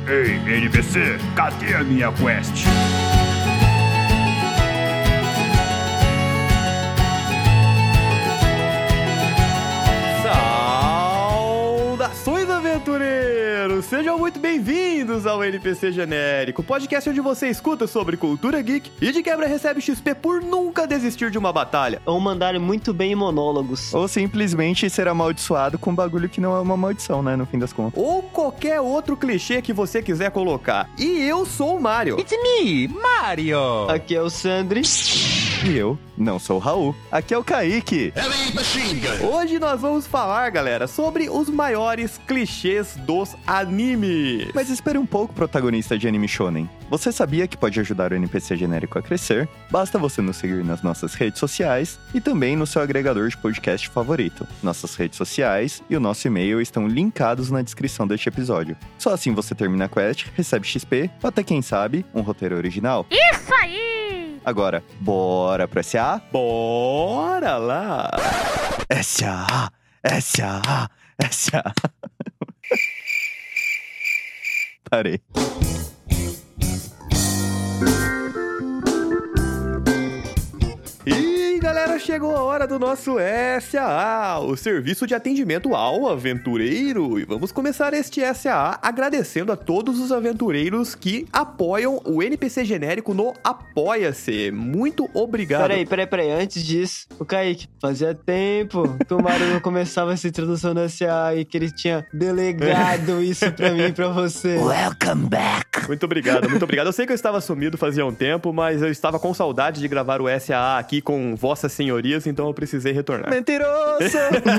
Ei, NPC, cadê a minha quest? Saudações, aventureiros! Sejam muito bem-vindos ao NPC Genérico, podcast onde você escuta sobre cultura geek e de quebra recebe XP por nunca desistir de uma batalha. Ou mandar muito bem em monólogos. Ou simplesmente ser amaldiçoado com um bagulho que não é uma maldição, né, no fim das contas. Ou qualquer outro clichê que você quiser colocar. E eu sou o Mario. It's me, Mario! Aqui é o Sandri. E eu não sou o Raul. Aqui é o Kaique. Hoje nós vamos falar, galera, sobre os maiores clichês dos animes. Mas espere um pouco, protagonista de anime shonen. Você sabia que pode ajudar o NPC Genérico a crescer? Basta você nos seguir nas nossas redes sociais e também no seu agregador de podcast favorito. Nossas redes sociais e o nosso e-mail estão linkados na descrição deste episódio. Só assim você termina a quest, recebe XP, ou até quem sabe, um roteiro original. Isso aí! Agora, bora pro SA? Bora lá! SA! Parei. E galera, chegou a hora do nosso SAA, o Serviço de Atendimento ao Aventureiro. E vamos começar este SAA agradecendo a todos os aventureiros que apoiam o NPC Genérico no Apoia-se. Muito obrigado. Peraí. Antes disso, o Kaique, fazia tempo que o Mario não começava essa introdução do SA e que ele tinha delegado isso pra mim e pra você. Welcome back! Muito obrigado. Eu sei que eu estava sumido fazia um tempo, mas eu estava com saudade de gravar o SAA aqui com vossas senhorias, então eu precisei retornar. Mentiroso!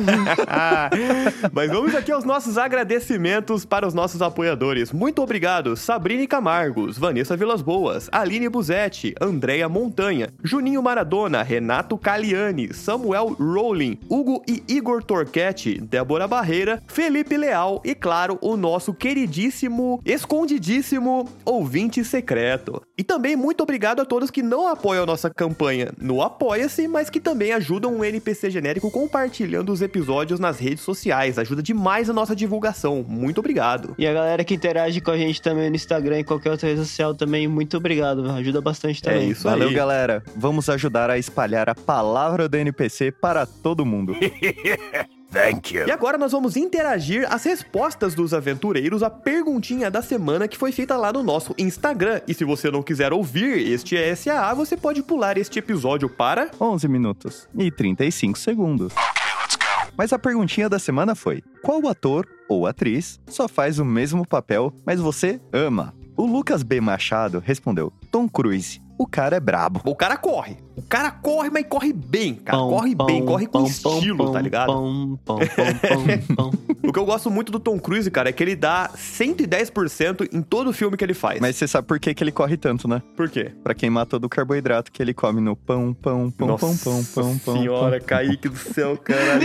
Mas vamos aqui aos nossos agradecimentos para os nossos apoiadores. Muito obrigado, Sabrine Camargos, Vanessa Vilas Boas, Aline Buzetti, Andréia Montanha, Juninho Maradona, Renato Caliani, Samuel Rowling, Hugo e Igor Torquetti, Débora Barreira, Felipe Leal e, claro, o nosso queridíssimo, escondidíssimo ouvinte secreto. E também muito obrigado a todos que não apoiam a nossa campanha no Apoia-se, mas que também ajudam o NPC Genérico compartilhando os episódios nas redes sociais. Ajuda demais a nossa divulgação. Muito obrigado. E a galera que interage com a gente também no Instagram e qualquer outra rede social também, muito obrigado. Ajuda bastante também. É isso aí. Valeu, galera. Vamos ajudar a espalhar a palavra do NPC para todo mundo. Thank you. E agora nós vamos interagir as respostas dos aventureiros à perguntinha da semana que foi feita lá no nosso Instagram. E se você não quiser ouvir este SAA, você pode pular este episódio para 11 minutos e 35 segundos. Mas a perguntinha da semana foi: qual ator ou atriz só faz o mesmo papel, mas você ama? O Lucas B. Machado respondeu: Tom Cruise. O cara é brabo. O cara corre, mas corre bem, cara. Corre com estilo, tá ligado? O que eu gosto muito do Tom Cruise, cara, é que ele dá 110% em todo filme que ele faz. Mas você sabe por que ele corre tanto, né? Por quê? Pra queimar todo o carboidrato que ele come no pão. Nossa senhora, Kaique do céu, caralho.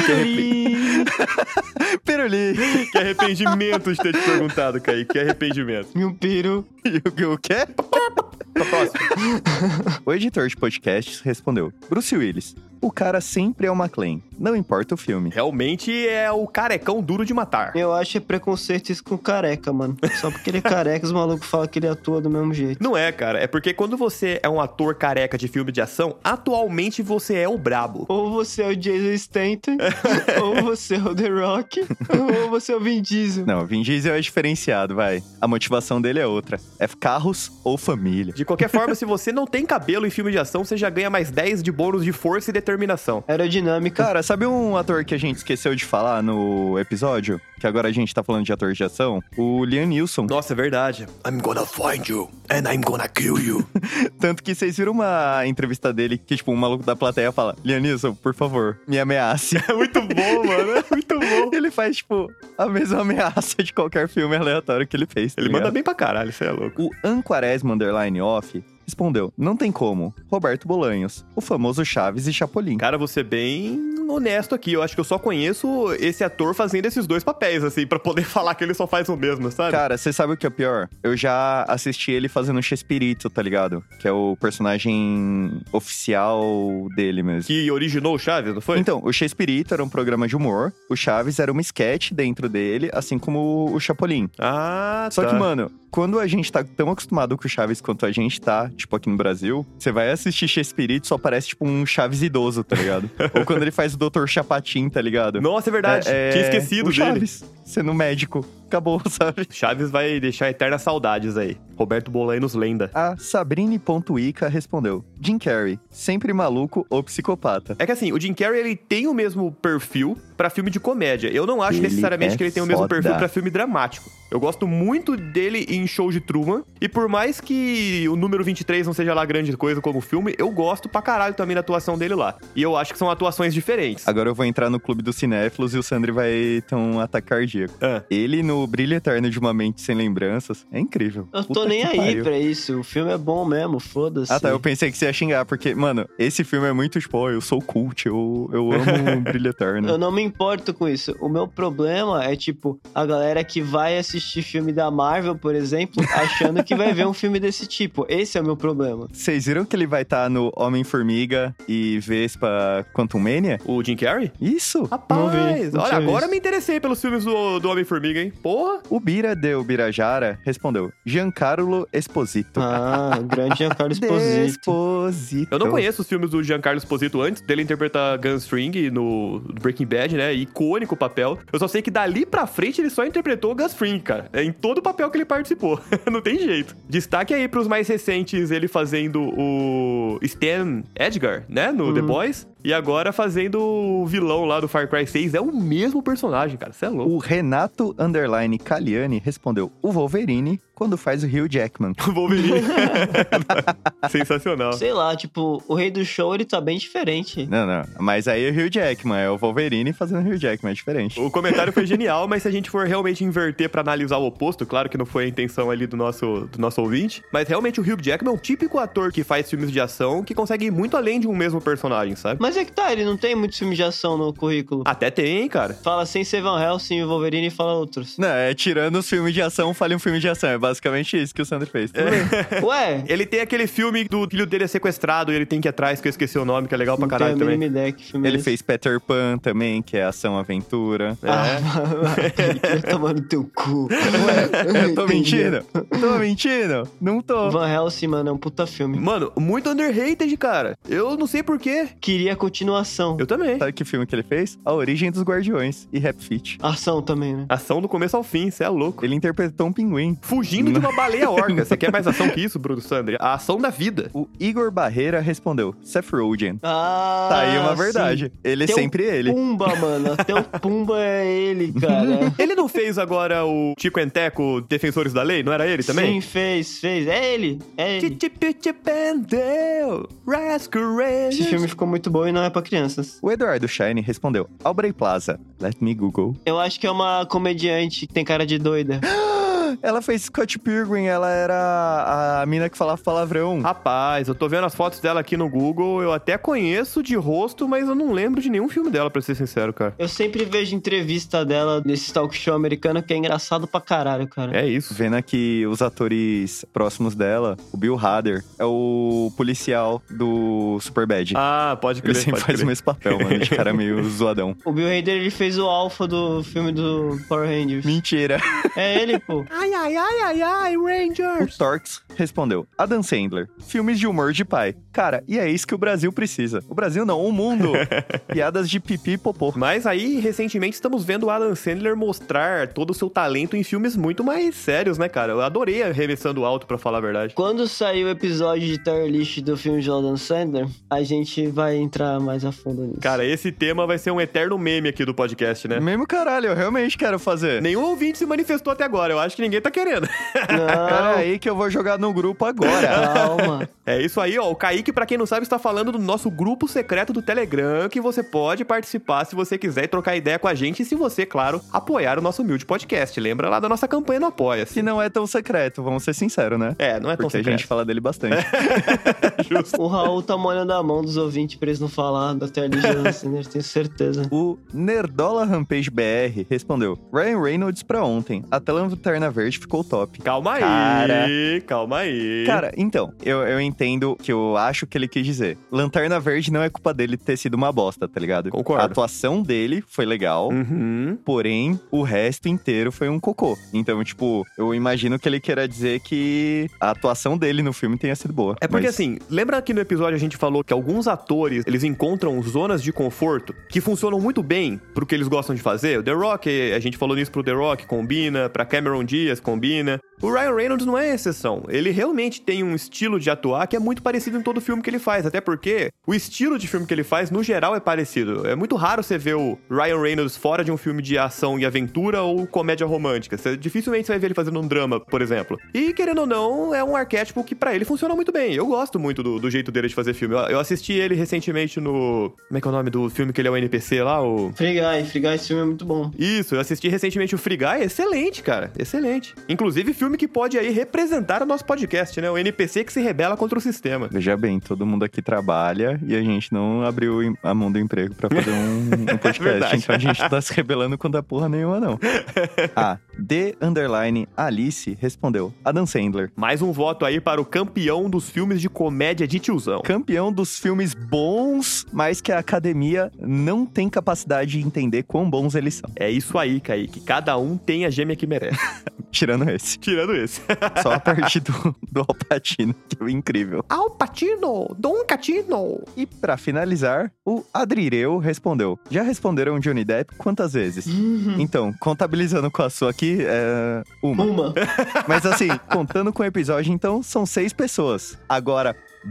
Piruli. Que arrependimento de ter te perguntado, Kaique. Que arrependimento. E um piro. O quê? O editor de podcasts respondeu: Bruce Willis. O cara sempre é uma McClane, não importa o filme. Realmente é o carecão duro de matar. Eu acho preconceito isso com careca, mano. Só porque ele é careca, os malucos falam que ele atua do mesmo jeito. Não é, cara. É porque quando você é um ator careca de filme de ação, atualmente você é o brabo. Ou você é o Jason Statham, ou você é o The Rock, ou você é o Vin Diesel. Não, Vin Diesel é diferenciado, vai. A motivação dele é outra. É carros ou família. De qualquer forma, se você não tem cabelo em filme de ação, você já ganha mais 10 de bônus de força e determinação. Aerodinâmica. Cara, sabe um ator que a gente esqueceu de falar no episódio? Que agora a gente tá falando de ator de ação? O Liam Neeson. Nossa, é verdade. I'm gonna find you and I'm gonna kill you. Tanto que vocês viram uma entrevista dele que, tipo, um maluco da plateia fala: Liam Neeson, por favor, me ameace. É muito bom, mano. É muito bom. Ele faz, tipo, a mesma ameaça de qualquer filme aleatório que ele fez. Ele manda bem pra caralho, você é louco. O Anquaresma_off respondeu: não tem como, Roberto Bolanhos, o famoso Chaves e Chapolin. Cara, você bem honesto aqui, eu acho que eu só conheço esse ator fazendo esses dois papéis, assim, pra poder falar que ele só faz o mesmo, sabe? Cara, você sabe o que é pior? Eu já assisti ele fazendo Chespirito, tá ligado? Que é o personagem oficial dele mesmo. Que originou o Chaves, não foi? Então, o Chespirito era um programa de humor, o Chaves era uma sketch dentro dele, assim como o Chapolin. Ah, Só tá. que, mano, quando a gente tá tão acostumado com o Chaves quanto a gente tá, tipo, aqui no Brasil, você vai assistir Chespirito, só parece, tipo, um Chaves idoso, tá ligado? Ou quando ele faz o Dr. Chapatin, tá ligado? Nossa, é verdade. Tinha esquecido o dele. Chaves sendo médico. Acabou, sabe? Chaves vai deixar eternas saudades aí. Roberto Bolanos, lenda. A Sabrine.ica respondeu: Jim Carrey, sempre maluco ou psicopata. É que assim, o Jim Carrey, ele tem o mesmo perfil pra filme de comédia. Eu não acho Ele necessariamente que ele tem o mesmo foda. perfil pra filme dramático. Eu gosto muito dele em Show de Truman. E por mais que o número 23 não seja lá grande coisa como filme, eu gosto pra caralho também da atuação dele lá. E eu acho que são atuações diferentes. Agora eu vou entrar no clube dos cinéfilos e o Sandri vai ter um ataque cardíaco. Ah. Ele no Brilho Eterno de uma Mente Sem Lembranças é incrível. Eu tô Puta nem que aí pariu. pra isso. O filme é bom mesmo, foda-se. Ah, tá. Eu pensei que você ia xingar, porque, mano, esse filme é muito, tipo, ó, eu sou cult, eu amo Brilho Eterno. Eu não me importo com isso. O meu problema é, tipo, a galera que vai assistir filme da Marvel, por exemplo, achando que vai ver um filme desse tipo. Esse é o meu problema. Vocês viram que ele vai estar no Homem-Formiga e Vespa Quantumania? O Jim Carrey? Isso! Rapaz, não olha, tinha agora visto. me interessei pelos filmes do Homem-Formiga, hein? Porra! O Bira Deu Birajara respondeu: Giancarlo Esposito. Ah, o grande Giancarlo Esposito. Esposito. Eu não conheço os filmes do Giancarlo Esposito antes dele interpretar Gus-Fring no Breaking Bad, né? Icônico papel. Eu só sei que dali pra frente ele só interpretou o Gus-Fring, cara. É em todo o papel que ele participou. Não tem jeito. Destaque aí pros mais recentes, ele fazendo o Stan Edgar, né? No The Boys. E agora fazendo o vilão lá do Far Cry 6. É o mesmo personagem, cara. Você é louco. O Renato Caliani respondeu: o Wolverine quando faz o Hugh Jackman. O Wolverine. Sensacional. Sei lá, tipo, o Rei do Show, ele tá bem diferente. Não. Mas aí é o Hugh Jackman, é o Wolverine fazendo o Hugh Jackman, é diferente. O comentário foi genial, mas se a gente for realmente inverter pra analisar o oposto, claro que não foi a intenção ali do nosso ouvinte, mas realmente o Hugh Jackman é um típico ator que faz filmes de ação que consegue ir muito além de um mesmo personagem, sabe? Mas é que tá, ele não tem muitos filmes de ação no currículo. Até tem, cara. Fala sem ser Van Helsing e Wolverine e fala outros. Não, é tirando os filmes de ação, fale um filme de ação. É basicamente isso que o Sandro fez. Ué, Ele tem aquele filme do filho dele é sequestrado e ele tem que ir atrás, que eu esqueci o nome, que é legal pra não tenho caralho a também. mínima ideia que filme é Ele esse. fez Peter Pan também, que é ação-aventura. Ele queria tomar no teu cu. Eu tô mentindo? Tô mentindo? Não tô. Van Helsing, mano, é um puta filme. Mano, muito underrated, cara. Eu não sei porquê. Queria continuação. Eu também. Sabe que filme que ele fez? A Origem dos Guardiões e Rap Fit. Ação também, né? Ação do começo ao fim, você é louco. Ele interpretou um pinguim. Fugindo de uma baleia orca. Você quer mais ação que isso, Bruno Sandri? A ação da vida. O Igor Barreira respondeu: Seth Rogen. Ah, Tá aí uma verdade. sim. Ele é Tem sempre ele. Pumba, mano. Até o Pumba é ele, cara. Ele não fez agora o Tico and Teco Defensores da Lei? Não era ele também? Sim, fez. É ele. Esse filme ficou muito bom e não é pra crianças. O Eduardo Shine respondeu: Aubrey Plaza. Let me Google. Eu acho que é uma comediante que tem cara de doida. Ela fez Scott Pilgrim, ela era a mina que falava palavrão. Rapaz, eu tô vendo as fotos dela aqui no Google, eu até conheço de rosto, mas eu não lembro de nenhum filme dela, pra ser sincero, cara. Eu sempre vejo entrevista dela nesse talk show americano que é engraçado pra caralho, cara. É isso. Vendo aqui os atores próximos dela, o Bill Hader é o policial do Superbad. Ah, pode crer, Ele sempre pode faz o crer. mesmo papel, mano, de cara meio zoadão. O Bill Hader, ele fez o Alpha do filme do Power Rangers. Mentira. É ele, pô. Ai, O Rangers! Torx respondeu: Adam Sandler, filmes de humor de pai. Cara, e é isso que o Brasil precisa. O Brasil não, o mundo. Piadas de pipi e popô. Mas aí, recentemente, estamos vendo o Adam Sandler mostrar todo o seu talento em filmes muito mais sérios, né, cara? Eu adorei Arremessando Alto, pra falar a verdade. Quando sair o episódio de tier list do filme de Adam Sandler, a gente vai entrar mais a fundo nisso. Cara, esse tema vai ser um eterno meme aqui do podcast, né? Mesmo caralho, eu realmente quero fazer. Nenhum ouvinte se manifestou até agora, eu acho que ninguém tá querendo. Pera Não, aí que eu vou jogar no grupo agora. calma. É isso aí, ó. O Kaique, pra quem não sabe, está falando do nosso grupo secreto do Telegram, que você pode participar se você quiser e trocar ideia com a gente e se você, claro, apoiar o nosso humilde podcast. Lembra lá da nossa campanha no Apoia-se. Que não é tão secreto, vamos ser sinceros, né? É, não é tão Porque a secreto. gente fala dele bastante. O Raul tá molhando a mão dos ouvintes pra eles não falar da tier list de Adam Sandler, tenho certeza. O Nerdola Rampage BR respondeu: Ryan Reynolds pra ontem. Até Lanterna Verde Verde ficou top. Calma aí, Cara. calma aí. Cara, então, eu entendo que eu acho que ele quis dizer. Lanterna Verde não é culpa dele ter sido uma bosta, tá ligado? Concordo. A atuação dele foi legal, Uhum. porém, o resto inteiro foi um cocô. Então, tipo, eu imagino que ele queira dizer que a atuação dele no filme tenha sido boa. É porque mas- assim, lembra que no episódio a gente falou que alguns atores, eles encontram zonas de conforto que funcionam muito bem pro que eles gostam de fazer? O The Rock, a gente falou nisso pro The Rock, combina, pra Cameron Diaz, combina. O Ryan Reynolds não é exceção. Ele realmente tem um estilo de atuar que é muito parecido em todo filme que ele faz, até porque o estilo de filme que ele faz, no geral, é parecido. É muito raro você ver o Ryan Reynolds fora de um filme de ação e aventura ou comédia romântica. Dificilmente você vai ver ele fazendo um drama, por exemplo. E, querendo ou não, é um arquétipo que pra ele funciona muito bem. Eu gosto muito do jeito dele de fazer filme. Eu assisti ele recentemente no... Como é que é o nome do filme que ele é o NPC lá? O... Free Guy, esse filme é muito bom. Isso, eu assisti recentemente o Free Guy, excelente, cara, excelente. Inclusive, filme que pode aí representar o nosso podcast, né? O NPC que se rebela contra o sistema. Veja bem, todo mundo aqui trabalha e a gente não abriu a mão do emprego pra fazer um podcast. Verdade. Então a gente tá se rebelando contra porra nenhuma, não. _Alice respondeu: Adam Sandler. Mais um voto aí para o campeão dos filmes de comédia de tiozão. Campeão dos filmes bons, mas que a academia não tem capacidade de entender quão bons eles são. É isso aí, Kaique. Cada um tem a gêmea que merece. Tirando esse. Tirando esse. Só a parte do Al Pacino, que é incrível. Al Pacino, Don Catino. E pra finalizar, o Adrireu respondeu: já responderam Johnny Depp quantas vezes? Então, contabilizando com a sua aqui, é... uma. Mas assim, contando com o episódio, então, são 6 pessoas. Agora,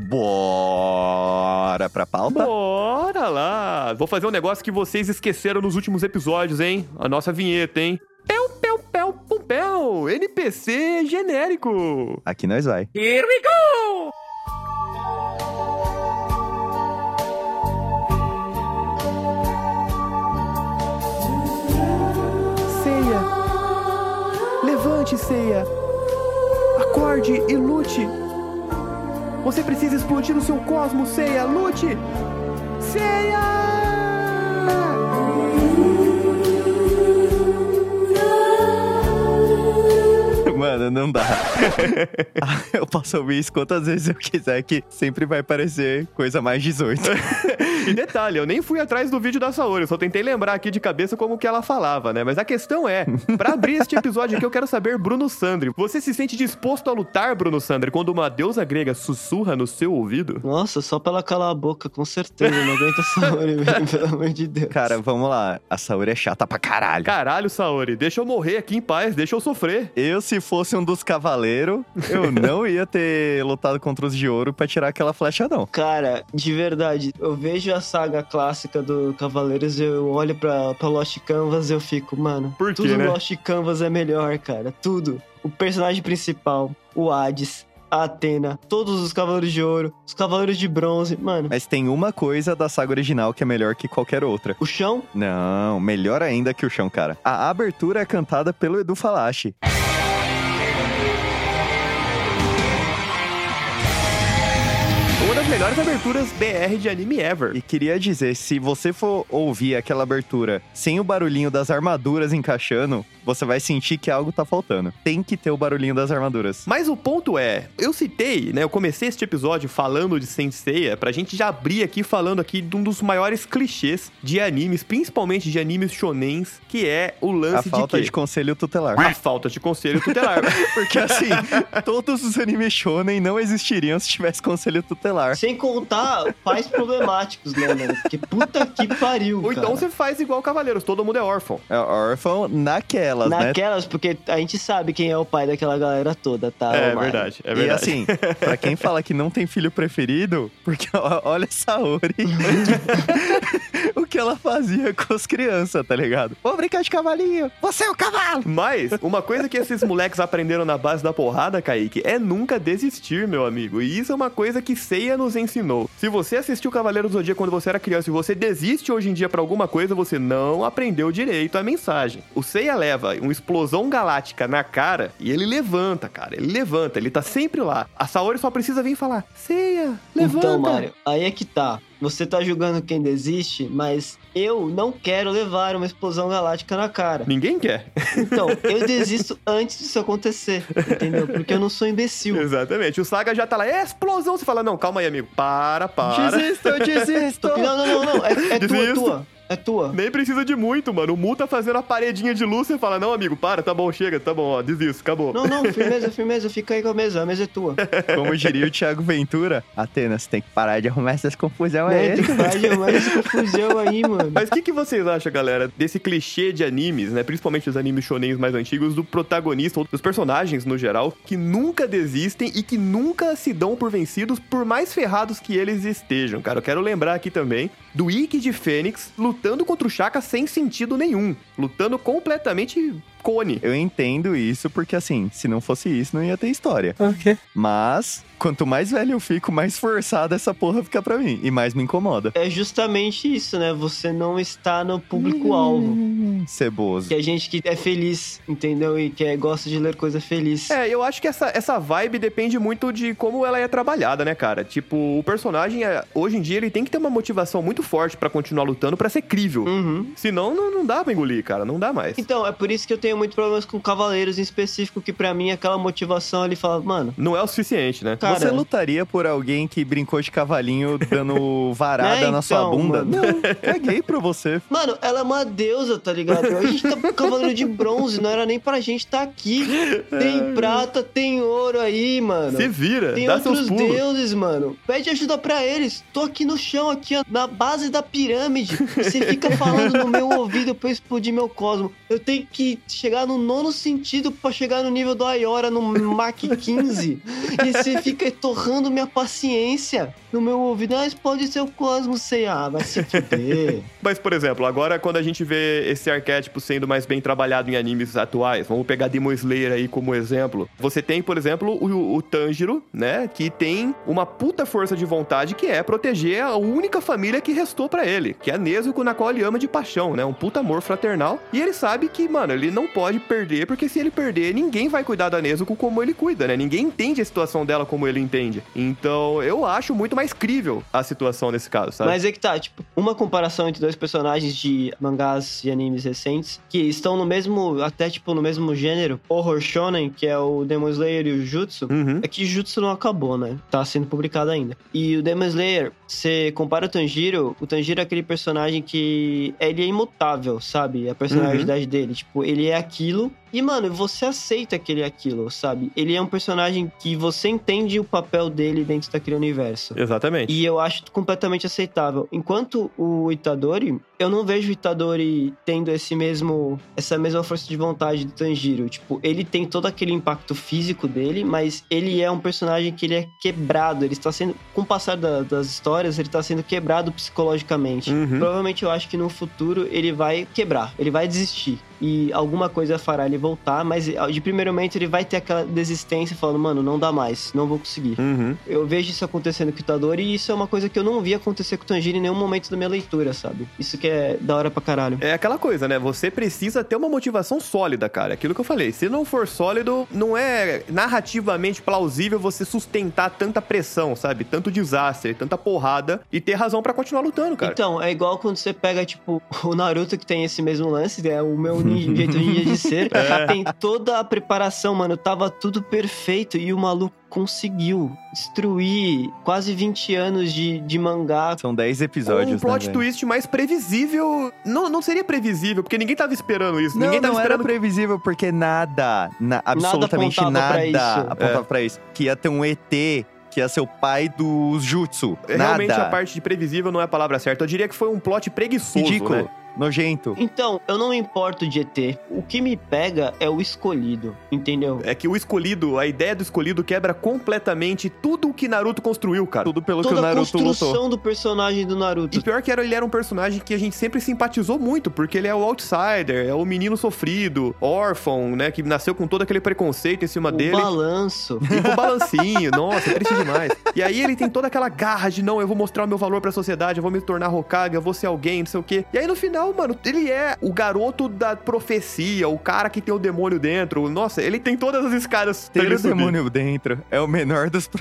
bora pra pauta? Bora lá. Vou fazer um negócio que vocês esqueceram nos últimos episódios, hein? A nossa vinheta, hein? Pel, pel, pel, pum, pel. NPC genérico. Aqui nós vai. Here we go! Ceia. Levante, Ceia. Acorde e lute. Você precisa explodir o seu cosmos, Ceia. Lute. Ceia! Mano, não dá. Eu posso ouvir isso quantas vezes eu quiser, que sempre vai parecer coisa mais 18. E detalhe, eu nem fui atrás do vídeo da Saori, eu só tentei lembrar aqui de cabeça como que ela falava, né? Mas a questão é, pra abrir este episódio aqui, eu quero saber, Bruno Sandri, você se sente disposto a lutar, Bruno Sandri, quando uma deusa grega sussurra no seu ouvido? Nossa, só pra ela calar a boca, com certeza. Não aguenta Saori, velho, pelo amor de Deus. Cara, vamos lá. A Saori é chata pra caralho. Caralho, Saori, deixa eu morrer aqui em paz, deixa eu sofrer. Eu, se fosse um dos cavaleiros, eu não ia ter lutado contra os de ouro pra tirar aquela flecha, não. Cara, de verdade, eu vejo a saga clássica do Cavaleiros, eu olho pra Lost Canvas e eu fico, mano, Por quê, tudo né? Lost Canvas é melhor, cara, tudo. O personagem principal, o Hades, a Athena, todos os Cavaleiros de Ouro, os Cavaleiros de Bronze, mano. Mas tem uma coisa da saga original que é melhor que qualquer outra. O chão, Não, melhor ainda que o chão, cara. A abertura é cantada pelo Edu Falache. Uma das melhores aberturas BR de anime ever. E queria dizer, se você for ouvir aquela abertura sem o barulhinho das armaduras encaixando, você vai sentir que algo tá faltando. Tem que ter o barulhinho das armaduras. Mas o ponto é, eu citei, né, eu comecei este episódio falando de Saint Seiya pra gente já abrir aqui falando aqui de um dos maiores clichês de animes, principalmente de animes shonens, que é o lance A falta de de quê? conselho tutelar. A falta de conselho tutelar. Porque assim, todos os animes shonen não existiriam se tivesse conselho tutelar. sem contar pais problemáticos, né, mano? Porque puta que pariu, Ou então cara. você faz igual Cavaleiros, todo mundo é órfão. É órfão naquelas, né? Naquelas, porque a gente sabe quem é o pai daquela galera toda, tá? É Mário? verdade, é E verdade. assim, pra quem fala que não tem filho preferido, porque olha essa Saori, o que ela fazia com as crianças, tá ligado? Vou brincar de cavalinho, você é o cavalo! Mas, uma coisa que esses moleques aprenderam na base da porrada, Kaique, é nunca desistir, meu amigo. E isso é uma coisa que Seiya nos ensinou. Se você assistiu Cavaleiro do Zodíaco quando você era criança e você desiste hoje em dia pra alguma coisa, você não aprendeu direito a mensagem. O Seiya leva uma explosão galáctica na cara e ele levanta, cara. Ele levanta, ele tá sempre lá. A Saori só precisa vir falar, Seiya, levanta. Então, Mário, aí é que tá. Você tá julgando quem desiste, mas Eu não quero levar uma explosão galáctica na cara. Ninguém quer. Então, eu desisto antes disso acontecer, entendeu? Porque eu não sou imbecil. Exatamente. O Saga já tá lá, explosão. Você fala, não, calma aí, amigo. Para. Desisto. Não. É Desisto. tua. É tua. Nem precisa de muito, mano. O Mu tá fazendo a paredinha de luz, você fala, não, amigo, para, tá bom, chega, tá bom, ó, desisto, acabou. Não, firmeza, fica aí com a mesa é tua. Como diria o Thiago Ventura, Atenas, tem que parar de arrumar essas confusão Né, aí. tem que parar de arrumar essa confusão aí, mano. Mas o que vocês acham, galera, desse clichê de animes, né? Principalmente os animes shonens mais antigos, do protagonista, ou dos personagens no geral, que nunca desistem e que nunca se dão por vencidos, por mais ferrados que eles estejam, cara. Eu quero lembrar aqui também do Ikki de Fênix lutando contra o Shaka sem sentido nenhum. Lutando completamente cone. Eu entendo isso porque, assim, se não fosse isso, não ia ter história. Ok. Mas, quanto mais velho eu fico, mais forçada essa porra fica pra mim. E mais me incomoda. É justamente isso, né? Você não está no público-alvo. Ceboso. Que é gente que é feliz, entendeu? E que gosta de ler coisa feliz. É, eu acho que essa vibe depende muito de como ela é trabalhada, né, cara? Tipo, o personagem, hoje em dia, ele tem que ter uma motivação muito forte pra continuar lutando, pra ser crível. Uhum. Senão, não dá pra engolir, cara. Não dá mais. Então, é por isso que eu tenho muitos problemas com Cavaleiros em específico, que pra mim aquela motivação ali fala, mano... Não é o suficiente, né? Cara, Você lutaria por alguém que brincou de cavalinho dando varada Né, na sua então, bunda? mano. Não, caguei pra você. Mano, ela é uma deusa, tá ligado? A gente tá com Cavaleiro de Bronze, não era nem pra gente tá aqui. Tem prata, tem ouro aí, mano. Se vira, Tem dá seus outros pulos. deuses, mano. Pede ajuda pra eles. Tô aqui no chão, aqui, ó, na base da pirâmide. Você fica falando no meu ouvido pra eu explodir meu cosmo. Eu tenho que chegar no 9º sentido pra chegar no nível do Ayora, no Mach 15. E você fica torrando minha paciência no meu ouvido. Ah, explode seu cosmo, sei. Ah, vai se fuder. Mas, por exemplo, agora quando a gente vê esse arquétipo sendo mais bem trabalhado em animes atuais, vamos pegar Demon Slayer aí como exemplo. Você tem, por exemplo, o Tanjiro, né? Que tem uma puta força de vontade que é proteger a única família que restou pra ele, que é a Nezuko, na qual ele ama de paixão, né? Um puta amor fraternal. E ele sabe que, mano, ele não pode perder, porque se ele perder, ninguém vai cuidar da Nezuko como ele cuida, né? Ninguém entende a situação dela como ele entende. Então, eu acho muito mais crível a situação nesse caso, sabe? Mas é que tá, tipo, uma comparação entre dois personagens de mangás e animes recentes que estão no mesmo, até tipo, no mesmo gênero, horror shonen, que é o Demon Slayer e o Jutsu, Uhum. é que Jutsu não acabou, né? Tá sendo publicado ainda. E o Demon Slayer, você compara o Tanjiro é aquele personagem que ele é imutável, sabe? A personalidade dele, tipo, ele é aquilo. E, mano, você aceita que ele é aquilo, sabe? Ele é um personagem que você entende o papel dele dentro daquele universo. Exatamente. E eu acho completamente aceitável. Enquanto o Itadori, eu não vejo o Itadori tendo essa mesma força de vontade do Tanjiro. Tipo, ele tem todo aquele impacto físico dele, mas ele é um personagem que ele é quebrado. Ele está sendo, com o passar das histórias, ele está sendo quebrado psicologicamente. Uhum. Provavelmente eu acho que no futuro ele vai quebrar, ele vai desistir. E alguma coisa fará ele voltar, mas de primeiro momento ele vai ter aquela desistência falando, mano, não dá mais, não vou conseguir. Uhum. Eu vejo isso acontecendo com o Itadori e isso é uma coisa que eu não vi acontecer com o Tanjiro em nenhum momento da minha leitura, sabe? Isso que é da hora pra caralho. É aquela coisa, né? Você precisa ter uma motivação sólida, cara. Aquilo que eu falei. Se não for sólido, não é narrativamente plausível você sustentar tanta pressão, sabe? Tanto desastre, tanta porrada e ter razão pra continuar lutando, cara. Então, é igual quando você pega, tipo, o Naruto que tem esse mesmo lance, né? O meu jeito ninja de ser. Tem toda a preparação, mano. Tava tudo perfeito e o maluco conseguiu destruir quase 20 anos de mangá. São 10 episódios, um plot né, twist mais previsível. Não seria previsível, porque ninguém tava esperando isso. Não, ninguém tava não esperando. era previsível, porque absolutamente apontava pra isso. apontava pra isso. Que ia ter um ET, que ia ser o pai do Jutsu. Realmente Nada. a parte de previsível não é a palavra certa. Eu diria que foi um plot preguiçoso, Ridículo. né? Nojento. Então, eu não me importo de ET. O que me pega é o escolhido, entendeu? É que o escolhido, a ideia do escolhido quebra completamente tudo o que Naruto construiu, cara. Tudo pelo que o Toda a Naruto construção lutou. do personagem do Naruto. E pior que ele era um personagem que a gente sempre simpatizou muito, porque ele é o outsider, é o menino sofrido, órfão, né, que nasceu com todo aquele preconceito em cima O dele. balanço. E com o balancinho, nossa, é triste demais. E aí ele tem toda aquela garra de, não, eu vou mostrar o meu valor pra sociedade, eu vou me tornar Hokage, eu vou ser alguém, não sei o quê. E aí no final, mano, ele é o garoto da profecia, o cara que tem o demônio dentro. Nossa, ele tem todas as escadas pra Ter ele o subir. demônio dentro é o menor dos problemas.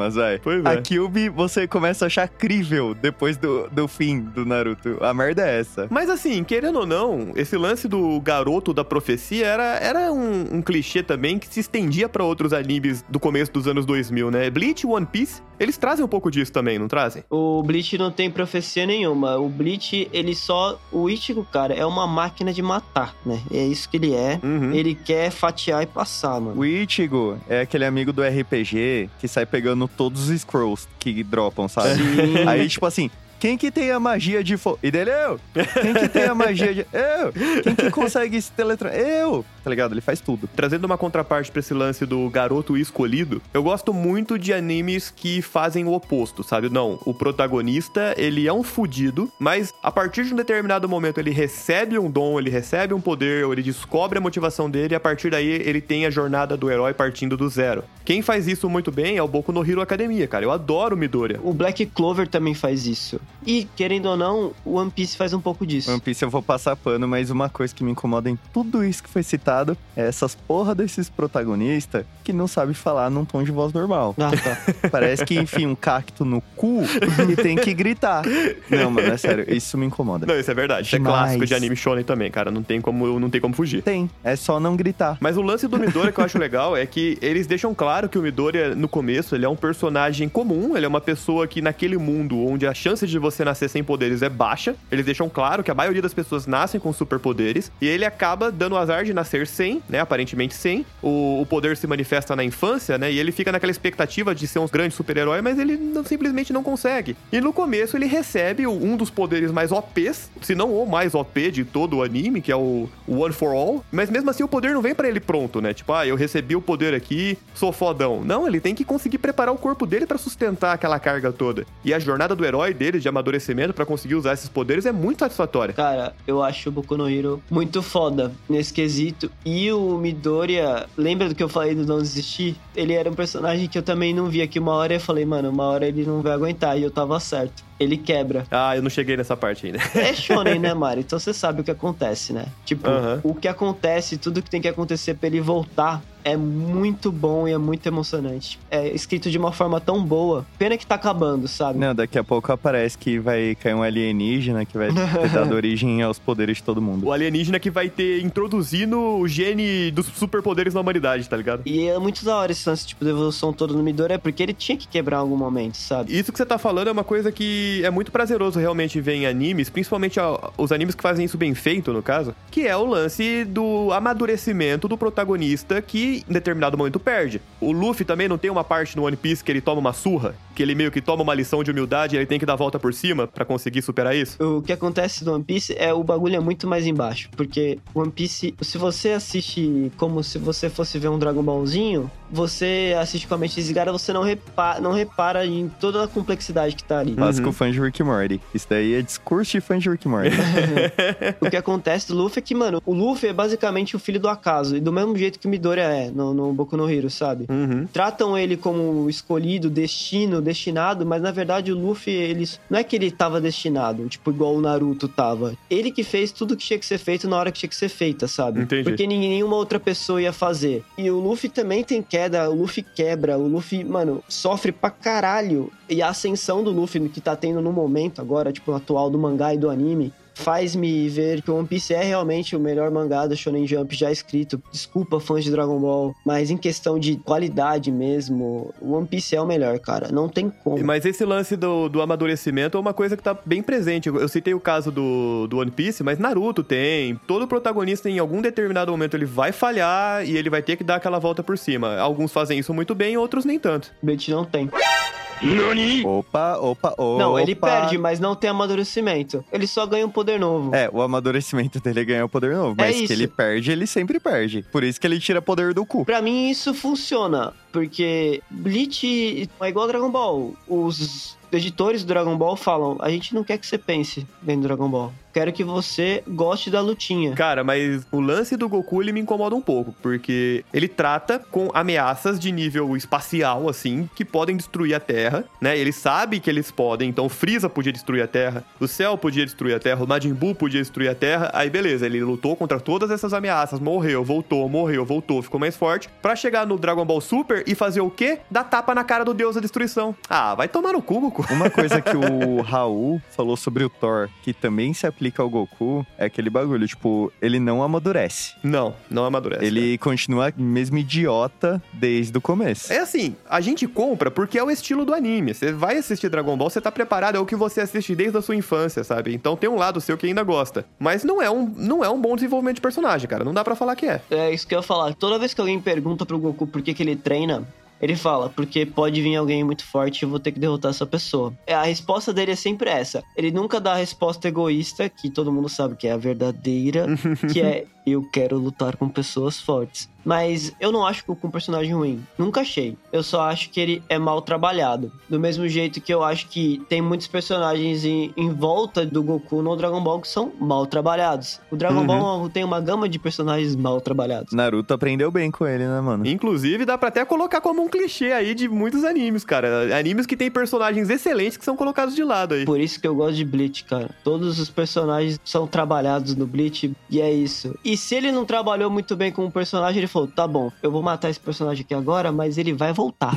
problemas, vai. Pois é. A Kyuubi você começa a achar crível depois do fim do Naruto. A merda é essa. Mas assim, querendo ou não, esse lance do garoto da profecia era um clichê também que se estendia pra outros animes do começo dos anos 2000, né? Bleach e One Piece, eles trazem um pouco disso também, não trazem? O Bleach não tem profecia nenhuma. O Bleach, ele só... O Ichigo, cara, é uma máquina de matar, né? É isso que ele é. Uhum. Ele quer fatiar e passar, mano. O Ichigo é aquele amigo do RPG que sai pegando todos os scrolls que dropam, sabe? Sim. Aí, tipo assim, quem que tem a magia de... E dele, eu! Quem que tem a magia de... Eu! Quem que consegue se teletransportar? Eu! Tá ligado? Ele faz tudo. Trazendo uma contraparte pra esse lance do garoto escolhido, eu gosto muito de animes que fazem o oposto, sabe? Não, o protagonista, ele é um fudido, mas a partir de um determinado momento ele recebe um dom, ele recebe um poder, ou ele descobre a motivação dele e a partir daí ele tem a jornada do herói partindo do zero. Quem faz isso muito bem é o Boku no Hero Academia, cara. Eu adoro o Midoriya. O Black Clover também faz isso. E, querendo ou não, o One Piece faz um pouco disso. One Piece eu vou passar pano, mas uma coisa que me incomoda em tudo isso que foi citado é essas porra desses protagonistas que não sabem falar num tom de voz normal. Ah, tá. Parece que enfia um cacto no cu e tem que gritar. Não, mano, é sério, isso me incomoda. Não, isso é verdade. Isso é Demais. clássico de anime shonen também, cara. Não tem como fugir. Tem, é só não gritar. Mas o lance do Midoriya que eu acho legal é que eles deixam claro que o Midoriya, no começo, ele é um personagem comum, ele é uma pessoa que naquele mundo onde a chance de você nascer sem poderes é baixa, eles deixam claro que a maioria das pessoas nascem com superpoderes, e ele acaba dando o azar de nascer sem, né, aparentemente sem, o poder se manifesta na infância, né, e ele fica naquela expectativa de ser um grande super-herói, mas ele simplesmente não consegue. E no começo ele recebe um dos poderes mais OPs, se não o mais OP de todo o anime, que é o One for All, mas mesmo assim o poder não vem pra ele pronto, né, tipo, eu recebi o poder aqui, sou fodão. Não, ele tem que conseguir preparar o corpo dele pra sustentar aquela carga toda. E a jornada do herói dele, de amadurecimento pra conseguir usar esses poderes, é muito satisfatória. Cara, eu acho o Boku no Hero muito foda nesse quesito. E o Midoriya, lembra do que eu falei do Não Desistir? Ele era um personagem que eu também não via, que uma hora eu falei, mano, uma hora ele não vai aguentar, e eu tava certo. Ele quebra. Ah, eu não cheguei nessa parte ainda. É shonen, né, Mari? Então você sabe o que acontece, né? Tipo, o que acontece, tudo que tem que acontecer pra ele voltar é muito bom e é muito emocionante. É escrito de uma forma tão boa. Pena que tá acabando, sabe? Não, daqui a pouco aparece que vai cair um alienígena que vai ter dado origem aos poderes de todo mundo. O alienígena que vai ter introduzindo o gene dos superpoderes na humanidade, tá ligado? E é muito da hora esse lance, tipo, de evolução toda no Midoriya, porque ele tinha que quebrar em algum momento, sabe? Isso que você tá falando é uma coisa que é muito prazeroso realmente ver em animes, principalmente os animes que fazem isso bem feito, no caso, que é o lance do amadurecimento do protagonista que em determinado momento perde. O Luffy também não tem uma parte no One Piece que ele toma uma surra, que ele meio que toma uma lição de humildade e ele tem que dar a volta por cima pra conseguir superar isso? O que acontece no One Piece é o bagulho é muito mais embaixo, porque o One Piece, se você assiste como se você fosse ver um Dragon Ballzinho, você assiste com a mente desligada, você não repara em toda a complexidade que tá ali. Clássico fã de Rick e Morty. Isso daí é discurso de fã de Rick e Morty. O que acontece do Luffy é que, mano, o Luffy é basicamente o filho do acaso, e do mesmo jeito que o Midoriya é no Boku no Hero, sabe? Tratam ele como escolhido, destinado, mas na verdade o Luffy, não é que ele tava destinado, tipo, igual o Naruto tava. Ele que fez tudo que tinha que ser feito na hora que tinha que ser feita, sabe? Entendi. Porque nenhuma outra pessoa ia fazer. E o Luffy também tem queda, o Luffy quebra, o Luffy, mano, sofre pra caralho. E a ascensão do Luffy que tá tendo no momento agora, tipo, atual do mangá e do anime, faz-me ver que o One Piece é realmente o melhor mangá do Shonen Jump já escrito. Desculpa, fãs de Dragon Ball, mas em questão de qualidade mesmo, o One Piece é o melhor, cara. Não tem como. Mas esse lance do amadurecimento é uma coisa que tá bem presente. Eu citei o caso do One Piece, mas Naruto tem. Todo protagonista, em algum determinado momento, ele vai falhar e ele vai ter que dar aquela volta por cima. Alguns fazem isso muito bem, outros nem tanto. Bleach não tem. Opa. Não, ele perde, mas não tem amadurecimento. Ele só ganha um poder novo. É, o amadurecimento dele é ganhar o poder novo. É Mas isso. que ele perde, ele sempre perde. Por isso que ele tira poder do cu. Pra mim, isso funciona. Porque Bleach é igual Dragon Ball. Os editores do Dragon Ball falam, a gente não quer que você pense dentro do Dragon Ball. Quero que você goste da lutinha. Cara, mas o lance do Goku, ele me incomoda um pouco, porque ele trata com ameaças de nível espacial, assim, que podem destruir a Terra, né? Ele sabe que eles podem, então o Freeza podia destruir a Terra, o Cell podia destruir a Terra, o Majin Buu podia destruir a Terra, aí beleza, ele lutou contra todas essas ameaças, morreu, voltou, ficou mais forte, pra chegar no Dragon Ball Super e fazer o quê? Dar tapa na cara do Deus da Destruição. Ah, vai tomar no cu, Goku. Uma coisa que o Raul falou sobre o Thor, que também se aplica ao Goku, é aquele bagulho, tipo, ele não amadurece. Não amadurece. Ele continua mesmo idiota desde o começo. É assim, a gente compra porque é o estilo do anime. Você vai assistir Dragon Ball, você tá preparado, é o que você assiste desde a sua infância, sabe? Então tem um lado seu que ainda gosta. Mas não é um bom desenvolvimento de personagem, cara. Não dá pra falar que é. É isso que eu ia falar. Toda vez que alguém pergunta pro Goku por que ele treina, ele fala, porque pode vir alguém muito forte e eu vou ter que derrotar essa pessoa. A resposta dele é sempre essa. Ele nunca dá a resposta egoísta, que todo mundo sabe que é a verdadeira, que é, eu quero lutar com pessoas fortes. Mas eu não acho o Goku um personagem ruim. Nunca achei. Eu só acho que ele é mal trabalhado. Do mesmo jeito que eu acho que tem muitos personagens em volta do Goku no Dragon Ball que são mal trabalhados. O Dragon Ball tem uma gama de personagens mal trabalhados. Naruto aprendeu bem com ele, né, mano? Inclusive, dá pra até colocar como um clichê aí de muitos animes, cara. Animes que tem personagens excelentes que são colocados de lado aí. Por isso que eu gosto de Bleach, cara. Todos os personagens são trabalhados no Bleach e é isso. E se ele não trabalhou muito bem com o personagem, ele falou, tá bom, eu vou matar esse personagem aqui agora, mas ele vai voltar.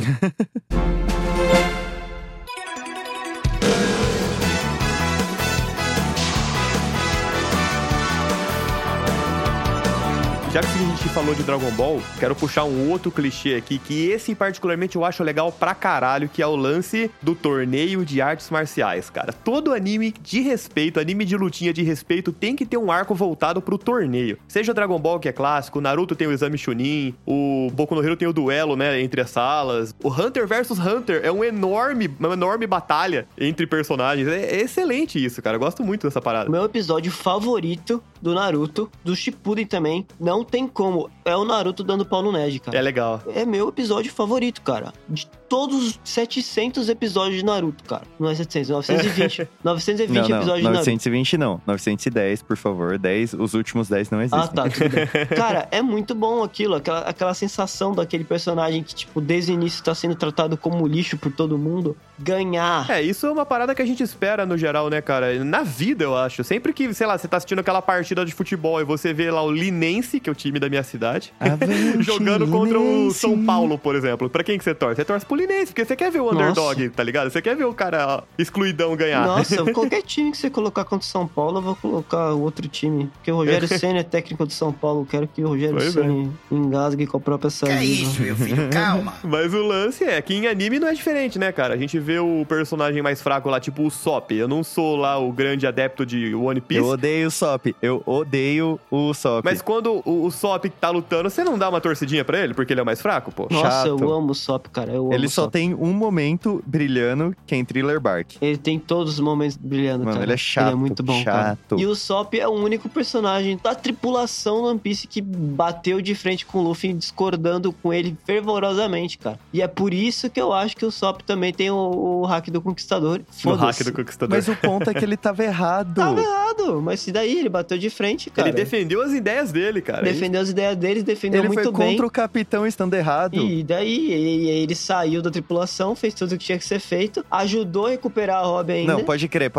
Já que a gente falou de Dragon Ball, quero puxar um outro clichê aqui, que esse particularmente eu acho legal pra caralho, que é o lance do torneio de artes marciais, cara. Todo anime de respeito, anime de lutinha de respeito, tem que ter um arco voltado pro torneio. Seja o Dragon Ball, que é clássico, o Naruto tem o Exame Chunin, o Boku no Hero tem o duelo, né, entre as salas. O Hunter vs Hunter é uma enorme batalha entre personagens. É excelente isso, cara. Eu gosto muito dessa parada. O meu episódio favorito do Naruto, do Shippuden também, não tem como. É o Naruto dando pau no Ned, cara. É legal. É meu episódio favorito, cara. De todos os 700 episódios de Naruto, cara. Não é 700, 920. 920 não, episódios de Naruto. 920 não. 910, por favor. 10, os últimos 10 não existem. Ah, tá, tudo bem. Cara, é muito bom aquilo. Aquela sensação daquele personagem que, tipo, desde o início tá sendo tratado como lixo por todo mundo. Ganhar. É, isso é uma parada que a gente espera no geral, né, cara? Na vida, eu acho. Sempre que, sei lá, você tá assistindo aquela partida de futebol e você vê lá o Linense, que é o time da minha cidade, jogando contra o São Paulo, por exemplo. Pra quem que você torce? Você torce pro Linense, porque você quer ver o underdog, tá ligado? Você quer ver o cara excluidão ganhar. Nossa, qualquer time que você colocar contra o São Paulo, eu vou colocar o outro time. Porque o Rogério Ceni é técnico do São Paulo. Eu quero que o Rogério Ceni engasgue com a própria saliva. Que é isso, meu filho? Calma. Mas o lance é que em anime não é diferente, né, cara? A gente vê o personagem mais fraco lá, tipo o Sop. Eu não sou lá o grande adepto de One Piece. Eu odeio o Sop. Eu odeio o Sop. Mas quando o Sop tá lutando, você não dá uma torcidinha pra ele, porque ele é mais fraco, pô? Nossa, Chato. eu amo o Sop, cara. Eu amo Ele o só Sop. tem um momento brilhando, que é em Thriller Bark. Ele tem todos os momentos brilhando, Mano, cara. ele é chato, Ele é muito bom, cara. chato. E o Sop é o único personagem da tripulação do One Piece que bateu de frente com o Luffy, discordando com ele fervorosamente, cara. E é por isso que eu acho que o Sop também tem o hack do Conquistador. O hack Foda-se. do Conquistador. Mas o ponto é que ele tava errado. Tava errado, mas e daí? Ele bateu de frente, cara. Ele defendeu as ideias dele, cara. Defendeu as ideias deles, defendeu Ele muito foi bem. contra o capitão estando errado. E daí, ele saiu da tripulação, fez tudo o que tinha que ser feito, ajudou a recuperar a Robin ainda. Não, pode crer.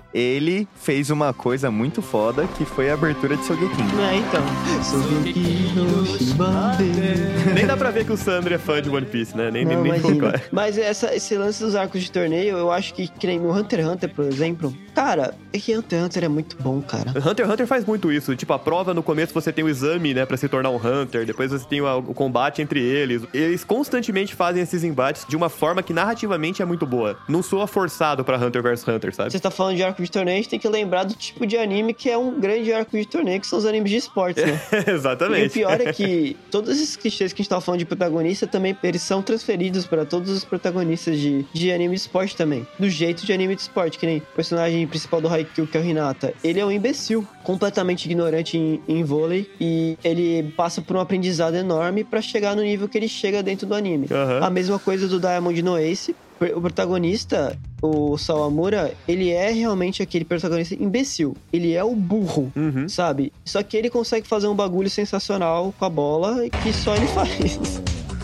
Ele fez uma coisa muito foda, que foi a abertura de Sogeking. É, então. Sogeking no Shibane. Nem dá pra ver que o Sandro é fã de One Piece, né? Nem Não, ficou imagina. claro. Mas esse lance dos arcos de torneio, eu acho que nem o Hunter x Hunter, por exemplo. Cara, é que Hunter x Hunter é muito bom, cara. Hunter x Hunter faz muito isso. Tipo, a prova no começo você tem o exame, né, pra se tornar um Hunter. Depois você tem o combate entre eles. Eles constantemente fazem esses embates de uma forma que narrativamente é muito boa. Não soa forçado pra Hunter vs Hunter, sabe? Você tá falando de arco de torneio, a gente tem que lembrar do tipo de anime que é um grande arco de torneio, que são os animes de esportes, né? Exatamente. E o pior é que todos esses clichês que a gente tava falando de protagonista também, eles são transferidos pra todos os protagonistas de anime de esporte também. Do jeito de anime de esporte, que nem o personagem principal do Haikyuu, que é o Hinata. Ele é um imbecil, completamente ignorante em vôlei, e ele passa por um aprendizado enorme pra chegar no nível que ele chega dentro do anime. Aham. A mesma coisa do Diamond no Ace. O protagonista, o Sawamura, ele é realmente aquele protagonista imbecil. Ele é o burro, sabe? Só que ele consegue fazer um bagulho sensacional com a bola que só ele faz.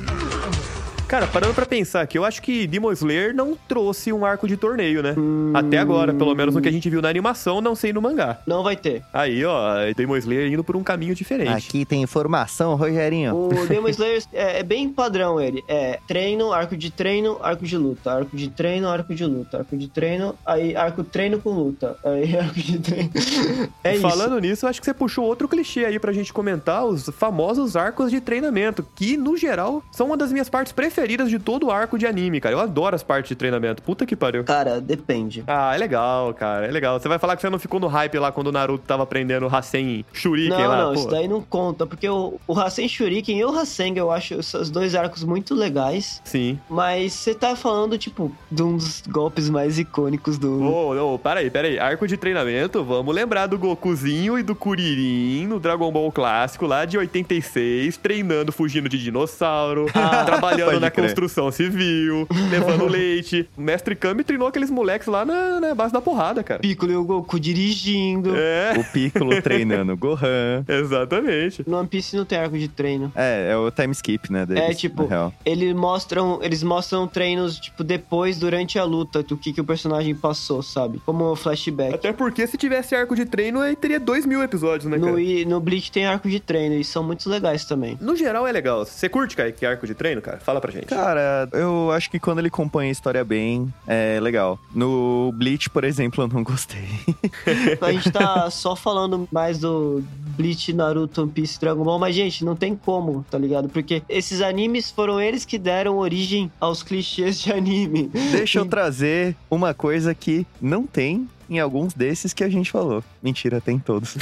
Cara, parando pra pensar aqui, eu acho que Demon Slayer não trouxe um arco de torneio, né? Até agora, pelo menos no que a gente viu na animação, não sei no mangá. Não vai ter. Aí, ó, Demon Slayer indo por um caminho diferente. Aqui tem informação, Rogerinho. O Demon Slayer é bem padrão ele. É treino, arco de luta. Arco de treino, arco de luta. Arco de treino, aí arco treino com luta. Aí arco de treino. É isso. Falando nisso, eu acho que você puxou outro clichê aí pra gente comentar, os famosos arcos de treinamento, que, no geral, são uma das minhas partes preferidas de todo o arco de anime, cara. Eu adoro as partes de treinamento. Puta que pariu. Cara, depende. Ah, é legal, cara. É legal. Você vai falar que você não ficou no hype lá quando o Naruto tava aprendendo o Rasen Shuriken lá? Não, isso daí não conta, porque o Rasen Shuriken e o Rasengan, eu acho os dois arcos muito legais. Sim. Mas você tá falando, tipo, de um dos golpes mais icônicos do... Para aí. Arco de treinamento, vamos lembrar do Gokuzinho e do Kuririn no Dragon Ball clássico lá de 86, treinando, fugindo de dinossauro, trabalhando na construção civil, levando leite. O Mestre Kami treinou aqueles moleques lá na base da porrada, cara. Piccolo e o Goku dirigindo. É. O Piccolo treinando o Gohan. Exatamente. No One Piece não tem arco de treino. É o time skip, né, deles, É, tipo, na real. eles mostram treinos, tipo, depois, durante a luta, do que o personagem passou, sabe? Como flashback. Até porque se tivesse arco de treino, aí teria 2000 episódios, né, cara? No Bleach tem arco de treino e são muito legais também. No geral é legal. Você curte, Kai, que arco de treino, cara? Fala pra gente. Cara, eu acho que quando ele compõe a história bem, é legal. No Bleach, por exemplo, eu não gostei. A gente tá só falando mais do Bleach, Naruto, One Piece, Dragon Ball, mas, gente, não tem como, tá ligado? Porque esses animes foram eles que deram origem aos clichês de anime. Deixa eu trazer uma coisa que não tem em alguns desses que a gente falou. Mentira, tem todos.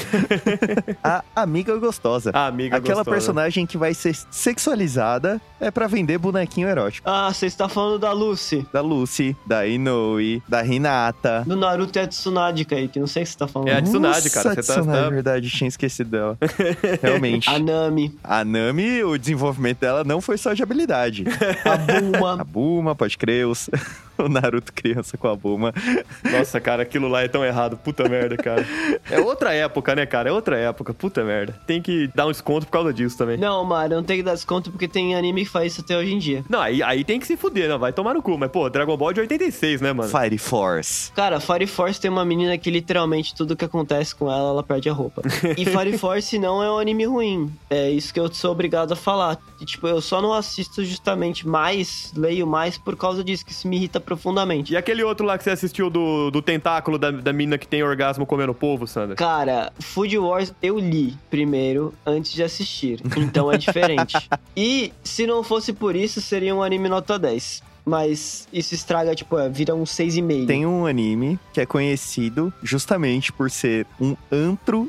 A amiga gostosa. A amiga Aquela gostosa. personagem que vai ser sexualizada é pra vender bonequinho erótico. Ah, você está falando da Lucy. Da Lucy, da Inoue, da Hinata. Do Naruto é a Tsunade, Kaique. Não sei o que você tá falando. É a Tsunade, cara. Nossa, Você Tsunade, tá... é verdade, tinha esquecido dela. Realmente. A Nami. A Nami, o desenvolvimento dela não foi só de habilidade. A Bulma. A Bulma, pode crer, o Naruto criança com a Bulma. Nossa, cara, aquilo lá é tão errado. Puta merda, cara. É outra época, né, cara? É outra época. Puta merda. Tem que dar um desconto por causa disso também. Não, Mário, não tem que dar desconto porque tem anime que faz isso até hoje em dia. Não, aí tem que se fuder, não. Vai tomar no cu. Mas, pô, Dragon Ball é de 86, né, mano? Fire Force. Cara, Fire Force tem uma menina que literalmente tudo que acontece com ela, ela perde a roupa. E Fire Force não é um anime ruim. É isso que eu sou obrigado a falar. E, tipo, eu só não assisto justamente mais, leio mais por causa disso, que isso me irrita profundamente. E aquele outro lá que você assistiu do tentáculo da mina que tem orgasmo comendo povo, Sandra? Cara, Food Wars eu li primeiro antes de assistir. Então é diferente. E se não fosse por isso, seria um anime nota 10. Mas isso estraga, tipo, vira um 6,5. Tem um anime que é conhecido justamente por ser um antro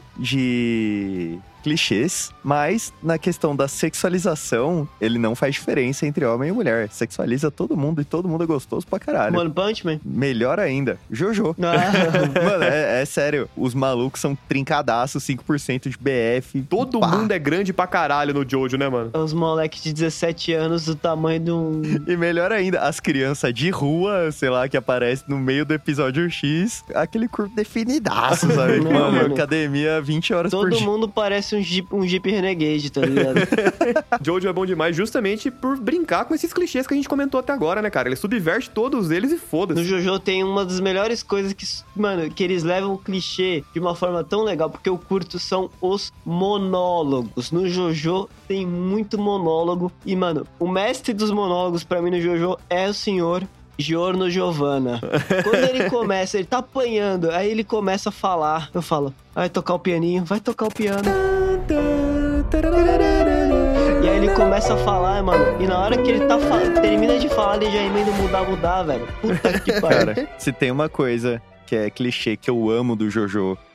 de clichês, mas na questão da sexualização, ele não faz diferença entre homem e mulher. Sexualiza todo mundo e todo mundo é gostoso pra caralho. One Punch Man? Melhor ainda, Jojo. Ah. Mano, é sério. Os malucos são trincadaços, 5% de BF. Todo Pá. mundo é grande pra caralho no Jojo, né, mano? Os moleques de 17 anos do tamanho de um... E melhor ainda, as crianças de rua, sei lá, que aparecem no meio do episódio X, aquele corpo definidaço, sabe? Não, Mano, mano. academia 20 horas por Todo dia. mundo parece um Jeep Renegade, tá ligado? Jojo é bom demais justamente por brincar com esses clichês que a gente comentou até agora, né, cara? Ele subverte todos eles e No foda-se. Jojo tem uma das melhores coisas que, mano, que eles levam o clichê de uma forma tão legal, porque eu curto são os monólogos. No Jojo tem muito monólogo e, mano, o mestre dos monólogos pra mim no Jojo é o senhor Giorno Giovanna. Quando ele começa, ele tá apanhando, aí ele começa a falar, eu falo, vai tocar o pianinho, vai tocar o piano. E aí ele começa a falar, mano, e na hora que ele termina de falar, ele já emenda mudar, velho. Puta que pariu. Cara, se tem uma coisa que é clichê que eu amo do Jojo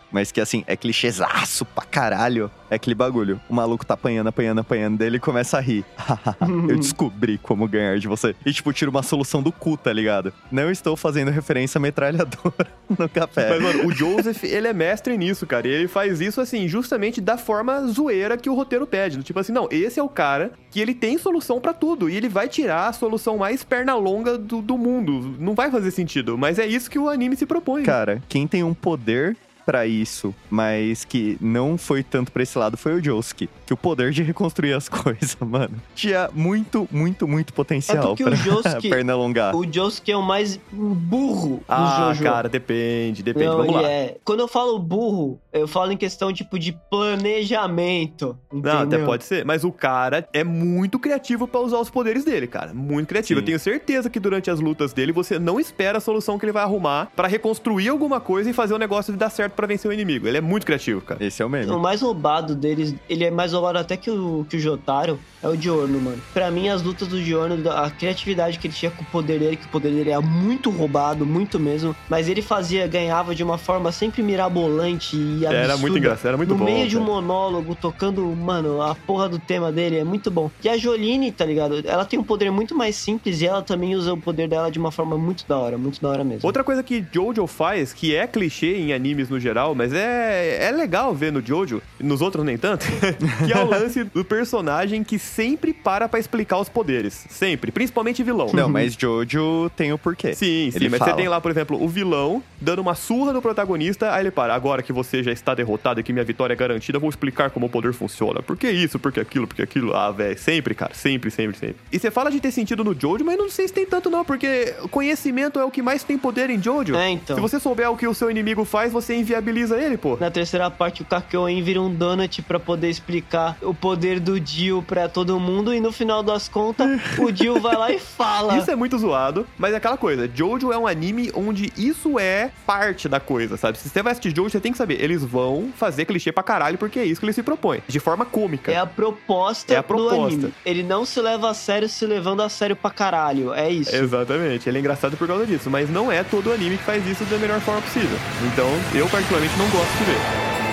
mas que assim, é clichêzaço pra caralho. É aquele bagulho. O maluco tá apanhando dele e começa a rir. Eu descobri como ganhar de você. E tipo, tira uma solução do cu, tá ligado? Não estou fazendo referência à metralhadora no café. Mas, mano, o Joseph, ele é mestre nisso, cara. E ele faz isso, assim, justamente da forma zoeira que o roteiro pede. Tipo assim, não, esse é o cara que ele tem solução pra tudo. E ele vai tirar a solução mais perna longa do mundo. Não vai fazer sentido. Mas é isso que o anime se propõe. Cara, quem tem um poder pra isso, mas que não foi tanto pra esse lado, foi o Josuke. Que o poder de reconstruir as coisas, mano, tinha muito potencial porque pra o Josuke, perna alongar. O Josuke é o mais burro do Jojo. Cara, depende. Não, Vamos lá. Quando eu falo burro, eu falo em questão, tipo, de planejamento, entendeu? Não, até pode ser. Mas o cara é muito criativo pra usar os poderes dele, cara. Muito criativo. Sim. Eu tenho certeza que durante as lutas dele, você não espera a solução que ele vai arrumar pra reconstruir alguma coisa e fazer o negócio dar certo pra vencer o inimigo. Ele é muito criativo, cara. Esse é o meme. O mais roubado deles, ele é mais roubado até que o Jotaro, é o Giorno, mano. Pra mim, as lutas do Giorno, a criatividade que ele tinha com o poder dele, que o poder dele era muito roubado, muito mesmo, mas ele ganhava de uma forma sempre mirabolante e absurda. Era muito engraçado, era muito bom. No meio de um cara. monólogo, tocando, mano, a porra do tema dele, é muito bom. E a Jolyne, tá ligado? Ela tem um poder muito mais simples e ela também usa o poder dela de uma forma muito da hora mesmo. Outra coisa que Jojo faz, que é clichê em animes no geral, mas é legal ver no Jojo, nos outros nem tanto, que é o lance do personagem que sempre para pra explicar os poderes. Sempre. Principalmente vilão. Não, mas Jojo tem o porquê. Sim, Ele mas fala. você tem lá, por exemplo, o vilão dando uma surra no protagonista, aí ele para. Agora que você já está derrotado e que minha vitória é garantida, eu vou explicar como o poder funciona. Por que isso, por que aquilo, por que aquilo? Ah, velho, sempre, cara. Sempre. E você fala de ter sentido no Jojo, mas não sei se tem tanto não, porque conhecimento é o que mais tem poder em Jojo. Então. Se você souber o que o seu inimigo faz, você inviabiliza ele, pô. Na terceira parte, o Kakyoin vira um donut pra poder explicar o poder do Dio pra todo mundo e no final das contas, o Dio vai lá e fala. Isso é muito zoado, mas é aquela coisa. Jojo é um anime onde isso é parte da coisa, sabe? Se você vai assistir Jojo, você tem que saber. Eles vão fazer clichê pra caralho porque é isso que eles se propõem. De forma cômica. É a proposta do anime. Ele não se leva a sério se levando a sério pra caralho. É isso. Exatamente. Ele é engraçado por causa disso. Mas não é todo anime que faz isso da melhor forma possível. Então, eu particularmente não gosto de ver.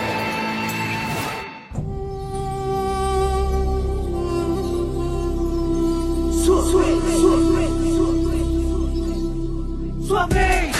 Sua vez!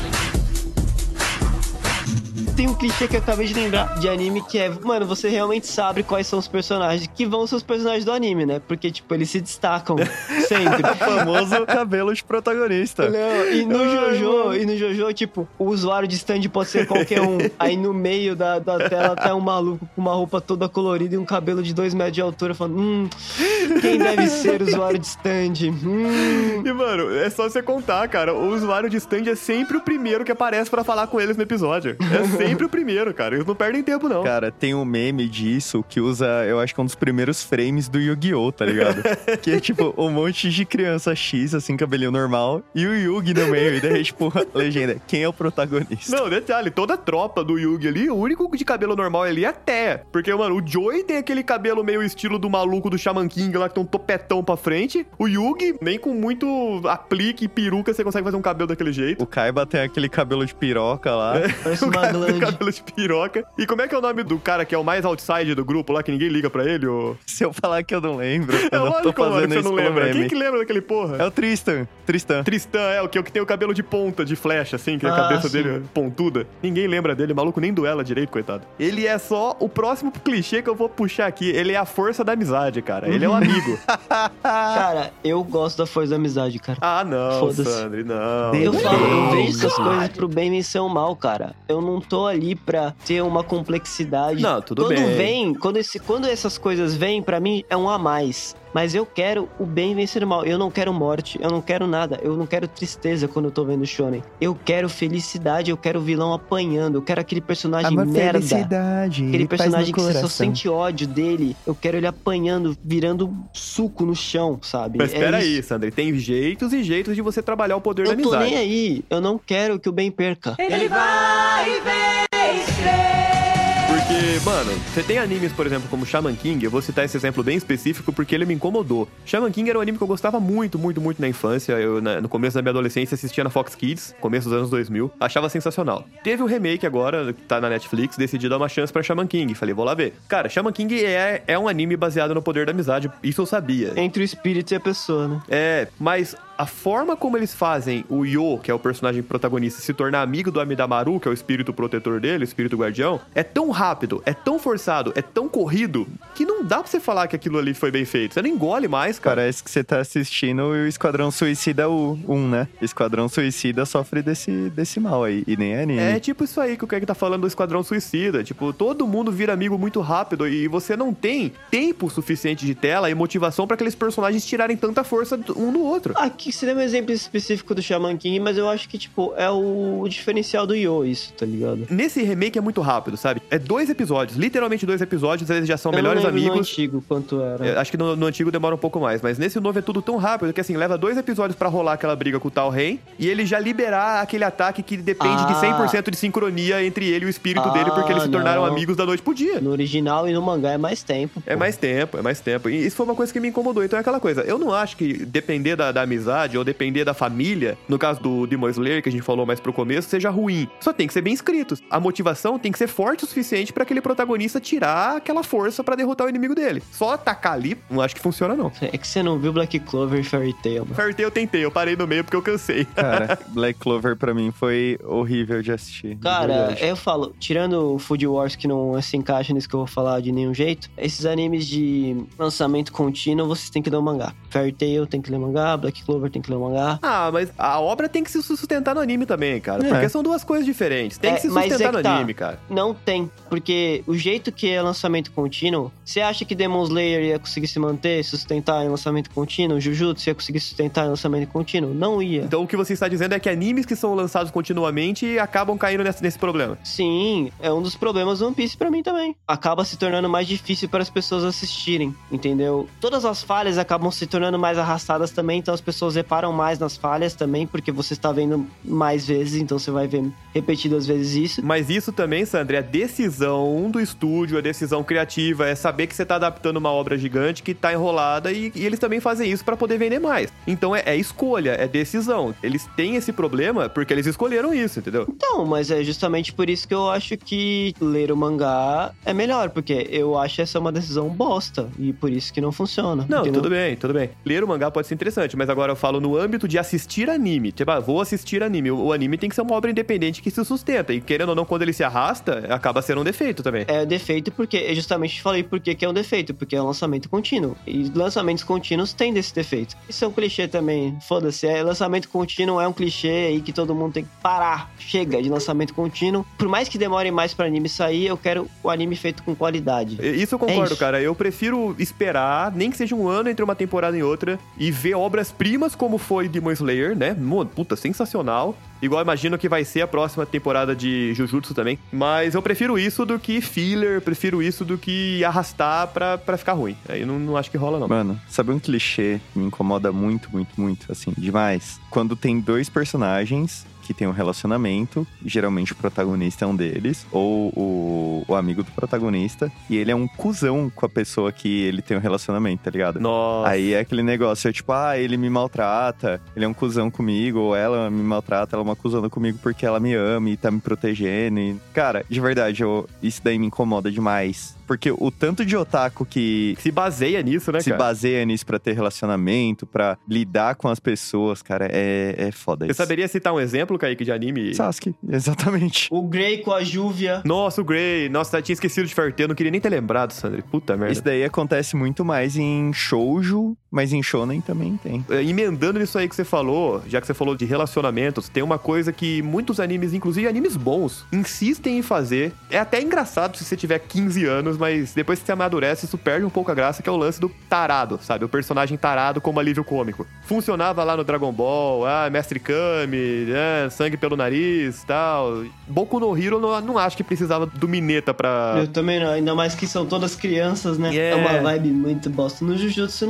Tem um clichê que eu acabei de lembrar de anime que é, mano, você realmente sabe quais são os personagens que vão ser os personagens do anime, né? Porque, tipo, eles se destacam sempre. O famoso cabelo de protagonista. Não, e no Jojo, tipo, o usuário de stand pode ser qualquer um. Aí no meio da tela tá um maluco com uma roupa toda colorida e um cabelo de 2 metros de altura falando, quem deve ser o usuário de stand? E, mano, é só você contar, cara. O usuário de stand é sempre o primeiro que aparece pra falar com eles no episódio. É sempre o primeiro, cara. Eles não perdem tempo, não. Cara, tem um meme disso que usa, eu acho que é um dos primeiros frames do Yu-Gi-Oh!, tá ligado? Que é tipo um monte de criança X, assim, cabelinho normal, e o Yugi no meio. E daí, tipo, legenda, quem é o protagonista? Não, detalhe, toda a tropa do Yugi ali, o único de cabelo normal ali é a Teia. Porque, mano, o Joey tem aquele cabelo meio estilo do maluco do Shaman King lá, que tem um topetão pra frente. O Yugi, nem com muito aplique e peruca, você consegue fazer um cabelo daquele jeito. O Kaiba tem aquele cabelo de piroca lá. Parece uma Tem glande. cabelo de piroca. E como é que é o nome do cara que é o mais outside do grupo lá, que ninguém liga pra ele? O... Se eu falar que eu não lembro, É eu não tô lógico, mano, que fazendo você isso não pelo lembra. meme. Quem que lembra daquele porra? É o Tristan. Tristan, o que tem o cabelo de ponta, de flecha, assim, que a Ah, cabeça sim. dele é pontuda. Ninguém lembra dele, o maluco nem duela direito, coitado. Ele é só o próximo clichê que eu vou puxar aqui. Ele é a força da amizade, cara. Ele é o amigo. Cara, eu gosto da força da amizade, cara. Ah, não, Foda-se. Sandri, não. Eu Deus. vejo essas coisas pro bem e ser o mal, cara. Eu não tô ali pra ter uma complexidade. Não, tudo quando bem. Quando essas coisas vêm, pra mim, é um a mais. Mas eu quero o bem vencer o mal. Eu não quero morte, eu não quero nada. Eu não quero tristeza quando eu tô vendo shonen. Eu quero felicidade, eu quero o vilão apanhando. Eu quero aquele personagem merda. Aquele personagem que você só sente ódio dele. Eu quero ele apanhando, virando suco no chão, sabe? Mas espera isso. aí, Sandri. Tem jeitos e jeitos de você trabalhar o poder da Eu tô amizade. nem aí. Eu não quero que o bem perca. Porque mano, você tem animes, por exemplo, como Shaman King, eu vou citar esse exemplo bem específico porque ele me incomodou. Shaman King era um anime que eu gostava muito na infância. Eu, no começo da minha adolescência, assistia na Fox Kids, começo dos anos 2000, achava sensacional. Teve um remake agora, que tá na Netflix, decidi dar uma chance pra Shaman King. Falei, vou lá ver. Cara, Shaman King é um anime baseado no poder da amizade, isso eu sabia. Entre o espírito e a pessoa, né? É, mas a forma como eles fazem o Yo, que é o personagem protagonista, se tornar amigo do Amidamaru, que é o espírito protetor dele, o espírito guardião, é tão rápido, é tão forçado, é tão corrido, que não dá pra você falar que aquilo ali foi bem feito. Você não engole mais, cara. Parece que você tá assistindo o Esquadrão Suicida 1, né? Esquadrão Suicida sofre desse mal aí, e nem é anime. É tipo isso aí que o Keg tá falando do Esquadrão Suicida. Tipo, todo mundo vira amigo muito rápido e você não tem tempo suficiente de tela e motivação pra aqueles personagens tirarem tanta força um do outro. Aqui seria um exemplo específico do Shaman King, mas eu acho que, tipo, é o diferencial do Yo, isso, tá ligado? Nesse remake é muito rápido, sabe? É 2 episódios, literalmente 2 episódios, eles já são Eu melhores não lembro amigos. no antigo quanto era. Eu acho que no antigo demora um pouco mais, mas nesse novo é tudo tão rápido que, assim, leva 2 episódios pra rolar aquela briga com o Tal Rei e ele já liberar aquele ataque que depende de 100% de sincronia entre ele e o espírito dele, porque eles se tornaram amigos da noite pro dia. No original e no mangá é mais tempo. É mais tempo. E isso foi uma coisa que me incomodou. Então é aquela coisa, eu não acho que depender da amizade ou depender da família, no caso do Demon Slayer, que a gente falou mais pro começo, seja ruim. Só tem que ser bem escritos. A motivação tem que ser forte o suficiente pra aquele protagonista tirar aquela força pra derrotar o inimigo dele. Só atacar ali, não acho que funciona, não. É que você não viu Black Clover e Fairy Tail, mano. Fairy Tail eu tentei, eu parei no meio porque eu cansei. Cara, Black Clover pra mim foi horrível de assistir. Cara, eu falo, tirando o Food Wars, que não se encaixa nisso que eu vou falar de nenhum jeito, esses animes de lançamento contínuo, vocês têm que ler o mangá. Fairy Tail tem que ler mangá, Black Clover tem que ler o mangá. Ah, mas a obra tem que se sustentar no anime também, cara. Porque são duas coisas diferentes. Tem que se sustentar no anime, cara. Não tem, porque o jeito que é lançamento contínuo, você acha que Demon Slayer ia conseguir se manter, sustentar em lançamento contínuo? Jujutsu ia conseguir sustentar em lançamento contínuo? Não ia. Então o que você está dizendo é que animes que são lançados continuamente acabam caindo nesse problema. Sim, é um dos problemas do One Piece pra mim também. Acaba se tornando mais difícil para as pessoas assistirem, entendeu? Todas as falhas acabam se tornando mais arrastadas também, então as pessoas reparam mais nas falhas também, porque você está vendo mais vezes, então você vai ver repetidas vezes isso. Mas isso também, Sandra, é decisão do estúdio, é decisão criativa, é saber que você tá adaptando uma obra gigante que tá enrolada e eles também fazem isso pra poder vender mais. Então é escolha, é decisão. Eles têm esse problema porque eles escolheram isso, entendeu? Então, mas é justamente por isso que eu acho que ler o mangá é melhor, porque eu acho essa uma decisão bosta e por isso que não funciona. Não, entendeu? tudo bem. Ler o mangá pode ser interessante, mas agora eu falo no âmbito de assistir anime. Tipo, vou assistir anime. O anime tem que ser uma obra independente que se sustenta. E querendo ou não, quando ele se arrasta, acaba sendo um defeito também. É defeito porque, eu justamente falei por que é um defeito, porque é um lançamento contínuo. E lançamentos contínuos têm desse defeito. Isso é um clichê também, foda-se. Lançamento contínuo é um clichê aí que todo mundo tem que parar. Chega de lançamento contínuo. Por mais que demore mais pra anime sair, eu quero o anime feito com qualidade. Isso eu concordo, cara. Eu prefiro esperar, nem que seja um ano entre uma temporada e outra, e ver obras-primas como foi Demon Slayer, né? Puta, sensacional. Igual imagino que vai ser a próxima temporada de Jujutsu também. Mas eu prefiro isso do que filler, prefiro isso do que arrastar pra ficar ruim. Aí não acho que rola, não. Mano, sabe um clichê que me incomoda muito, assim, demais? Quando tem 2 personagens que tem um relacionamento, geralmente o protagonista é um deles, ou o amigo do protagonista, e ele é um cuzão com a pessoa que ele tem um relacionamento, tá ligado? Nossa. Aí é aquele negócio, é tipo, ele me maltrata, ele é um cuzão comigo, ou ela me maltrata, ela é uma cuzona comigo porque ela me ama e tá me protegendo. E... Cara, de verdade, isso daí me incomoda demais. Porque o tanto de otaku que... se baseia nisso, né, se baseia nisso pra ter relacionamento, pra lidar com as pessoas, cara, é foda isso. Você saberia citar um exemplo, Kaique, de anime? Sasuke, exatamente. O Grey com a Júvia. Nossa, o Grey. Nossa, tinha esquecido de Fairy Tail, não queria nem ter lembrado, Sandra. Puta merda. Isso daí acontece muito mais em shoujo, mas em shonen também tem. Emendando nisso aí que você falou, já que você falou de relacionamentos, tem uma coisa que muitos animes, inclusive animes bons, insistem em fazer. É até engraçado se você tiver 15 anos, mas depois que você amadurece, isso perde um pouco a graça, que é o lance do tarado, sabe? O personagem tarado como alívio cômico. Funcionava lá no Dragon Ball, Mestre Kami, sangue pelo nariz e tal. Boku no Hero, não acho que precisava do Mineta pra... Eu também não, ainda mais que são todas crianças, né? É uma vibe muito bosta. No Jujutsu não tem.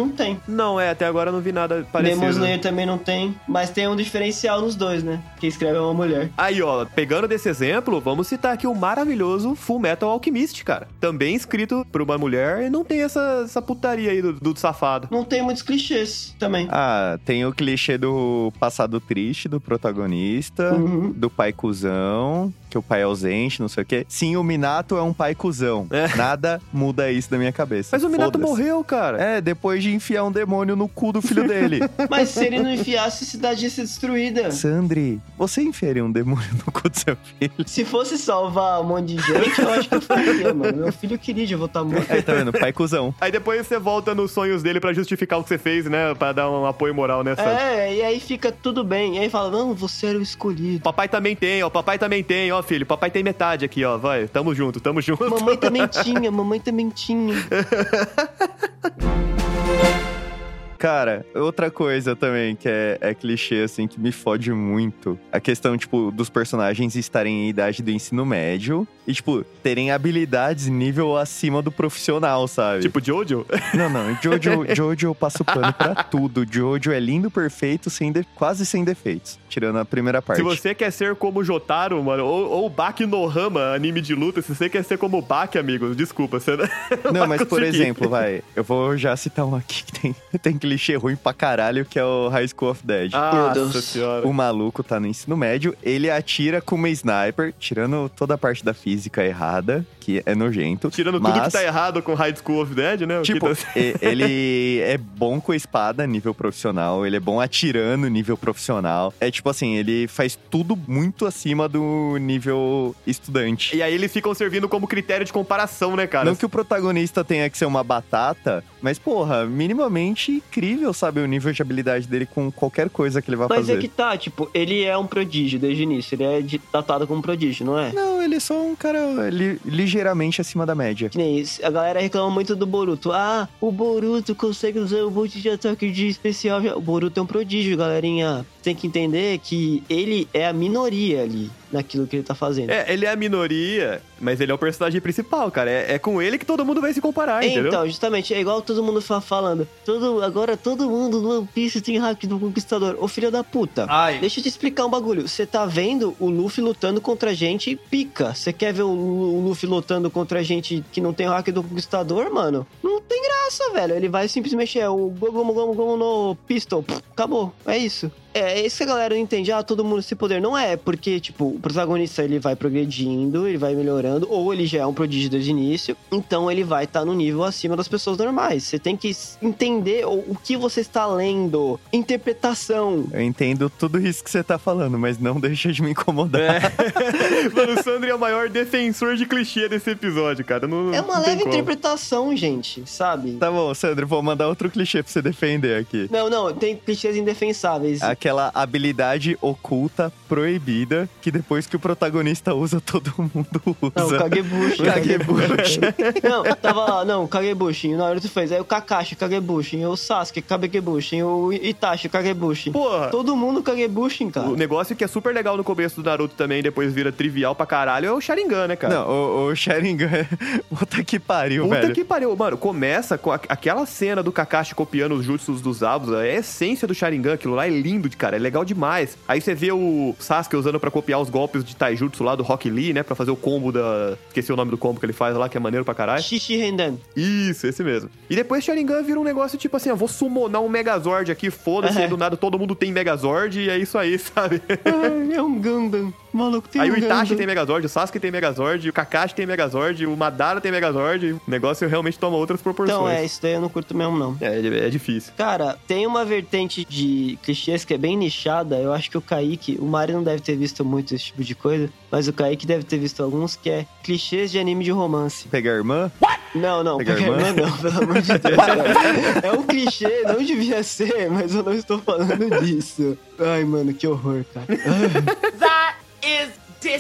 Não, até agora eu não vi nada parecido. Demon Slayer também não tem, mas tem um diferencial nos dois, né? Quem escreve é uma mulher. Aí, ó, pegando desse exemplo, vamos citar aqui o maravilhoso Full Metal Alchemist, cara. Também escrito por uma mulher e não tem essa putaria aí do safado. Não tem muitos clichês também. Ah, tem o clichê do passado triste do protagonista, do pai cuzão, que o pai é ausente, não sei o quê. Sim, o Minato é um pai cuzão. Nada muda isso da minha cabeça. Mas o Minato Foda-se. morreu, cara. Depois de enfiar um demônio no cu do filho dele. Mas se ele não enfiasse, a cidade ia ser destruída. Sandri, você enfiaria um demônio no cu do seu filho? Se fosse salvar um monte de gente, eu acho que eu faria, mano. Meu filho queria de voltar morto. Aí, tá vendo? Pai cuzão. Aí depois você volta nos sonhos dele pra justificar o que você fez, né? Pra dar um apoio moral, né, Sandro? E aí fica tudo bem. E aí fala, não, você era o escolhido. Papai também tem, ó, filho. Papai tem metade aqui, ó, vai. Tamo junto. Mamãe também tinha. Cara, outra coisa também que é clichê, assim, que me fode muito. A questão, tipo, dos personagens estarem em idade do ensino médio e, tipo, terem habilidades nível acima do profissional, sabe? Tipo Jojo? Não. Jojo eu passo pano pra tudo. Jojo é lindo, perfeito, quase sem defeitos. Tirando a primeira parte. Se você quer ser como Jotaro, mano, ou Baki Nohama, anime de luta, se você quer ser como Baki, amigo, desculpa, você não, mas por conseguir. exemplo, eu vou já citar um aqui que tem clichê ruim pra caralho, que é o High School of Dead. Nossa senhora. O maluco tá no ensino médio, ele atira com uma sniper, tirando toda a parte da física errada, que é nojento. Tirando tudo que tá errado com High School of Dead, né? Tipo, ele é bom com a espada, nível profissional, ele é bom atirando, nível profissional. É tipo assim, ele faz tudo muito acima do nível estudante. E aí eles ficam servindo como critério de comparação, né, cara? Não que o protagonista tenha que ser uma batata, mas, porra, minimamente incrível, sabe? O nível de habilidade dele com qualquer coisa que ele vai fazer. Mas é que tá, tipo, ele é um prodígio desde o início. Ele é tratado como prodígio, não é? Não, ele é só um cara ligeiramente acima da média. Que nem isso. A galera reclama muito do Boruto. Ah, o Boruto consegue usar um monte de ataque de especial. O Boruto é um prodígio, galerinha. Tem que entender que ele é a minoria ali naquilo que ele tá fazendo. Ele é a minoria, mas ele é o personagem principal, cara. É com ele que todo mundo vai se comparar, entendeu? Então, justamente, é igual todo mundo falando. Agora todo mundo no One Piece tem hack do Conquistador. Ô, filho da puta. Deixa eu te explicar um bagulho. Você tá vendo o Luffy lutando contra gente pica. Você quer ver o Luffy lutando contra gente que não tem o hack do Conquistador, mano? Não tem graça, velho. Ele vai simplesmente o Gomu no Pistol. Acabou. É isso. É isso que a galera não entende. Todo mundo se poder. Não é, porque, tipo, o protagonista, ele vai progredindo, ele vai melhorando, ou ele já é um prodígio desde o início, então ele vai estar no nível acima das pessoas normais. Você tem que entender o que você está lendo. Interpretação. Eu entendo tudo isso que você tá falando, mas não deixa de me incomodar. Mano, o Sandro é o maior defensor de clichê desse episódio, cara. Não, é uma leve interpretação, gente, sabe? Tá bom, Sandro, vou mandar outro clichê pra você defender aqui. Não, tem clichês indefensáveis. Aquela habilidade oculta, proibida, que depois que o protagonista usa, todo mundo usa. Não, o Kagebushi. Não, tava lá, o Kagebushi, o Naruto fez. Aí o Kakashi, Kagebushi, o Sasuke, Kagebushi, o Itachi, Kagebushi. Porra! Todo mundo Kagebushi, cara. O negócio que é super legal no começo do Naruto também, depois vira trivial pra caralho, é o Sharingan, né, cara? Não, o Sharingan é... Puta que pariu, velho. Puta que pariu. Mano, começa com aquela cena do Kakashi copiando os jutsus dos Zabuza, é a essência do Sharingan, aquilo lá é lindo, cara, é legal demais. Aí você vê o Sasuke usando pra copiar os golpes de Taijutsu lá do Rock Lee, né, pra fazer o combo da... Esqueci o nome do combo que ele faz lá, que é maneiro pra caralho. Shishi Rendan. Isso, esse mesmo. E depois Sharingan vira um negócio tipo assim, vou summonar um Megazord aqui, foda-se, aí do nada todo mundo tem Megazord e é isso aí, sabe? É um Gundam. Maluco, tem aí um o Itachi Gundam. tem Megazord, o Sasuke tem Megazord, o Kakashi tem Megazord, o Madara tem Megazord. O negócio realmente toma outras proporções. Então, isso daí eu não curto mesmo, não. É difícil. Cara, tem uma vertente de clichês que é bem nichada. Eu acho que o Kaique, o Mari não deve ter visto muito esse tipo de coisa, mas o Kaique deve ter visto alguns, que é clichês de anime de romance. Pegar a irmã? Não, Pegar pegar irmã não, pelo amor de Deus. Cara. É um clichê, não devia ser, mas eu não estou falando disso. Ai, mano, que horror, cara. That is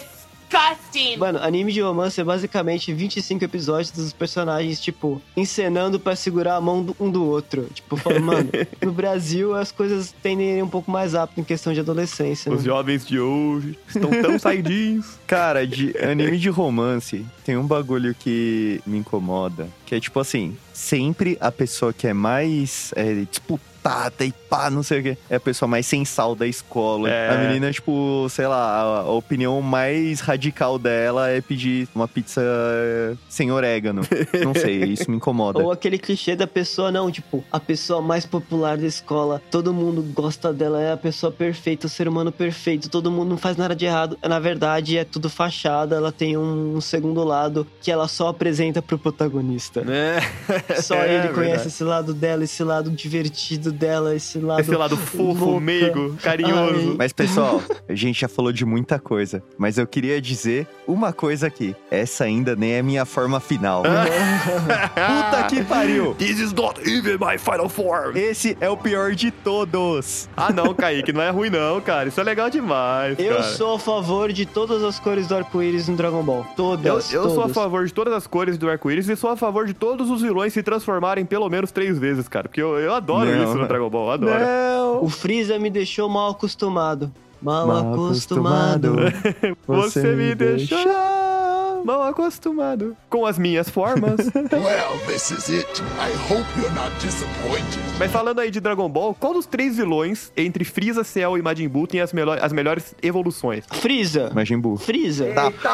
disgusting! Mano, anime de romance é basicamente 25 episódios dos personagens, tipo, encenando pra segurar a mão um do outro. Tipo, falando, mano, no Brasil as coisas tendem a ir um pouco mais rápido em questão de adolescência, né? Os jovens de hoje estão tão saidinhos. Cara, de anime de romance, tem um bagulho que me incomoda, que é tipo assim, sempre a pessoa que é mais disputada e pá, não sei o quê, é a pessoa mais sem sal da escola. A menina, tipo, sei lá, a opinião mais radical dela é pedir uma pizza sem orégano. Não sei, isso me incomoda. Ou aquele clichê da pessoa, não, tipo, a pessoa mais popular da escola, todo mundo gosta dela, é a pessoa perfeita, o ser humano perfeito, todo mundo não faz nada de errado. Na verdade, é tudo fachada, ela tem um segundo lado que ela só apresenta pro protagonista. Só ele conhece verdade. esse lado dela, esse lado divertido dela, esse lado fofo, louca. meigo, carinhoso. Ai. Mas, pessoal, a gente já falou de muita coisa, mas eu queria dizer uma coisa aqui. Essa ainda nem é minha forma final. Puta que pariu! This is not even my final form. Esse é o pior de todos. Ah, não, Kaique, não é ruim não, cara. Isso é legal demais, Eu cara. sou a favor de todas as cores do arco-íris no Dragon Ball. Todas. Eu sou a todas. favor de todas as cores do arco-íris e sou a favor de todos os vilões se transformarem pelo menos 3 vezes, cara. Porque eu adoro Não. isso no Dragon Ball, eu adoro. Não! O Freeza me deixou mal acostumado. Mal acostumado. Você me deixou mal acostumado com as minhas formas. Well, this is it. I hope you're not disappointed. Mas falando aí de Dragon Ball, qual dos 3 vilões entre Freeza, Cell e Majin Buu tem as melhores evoluções? Freeza. Majin Buu. Freeza.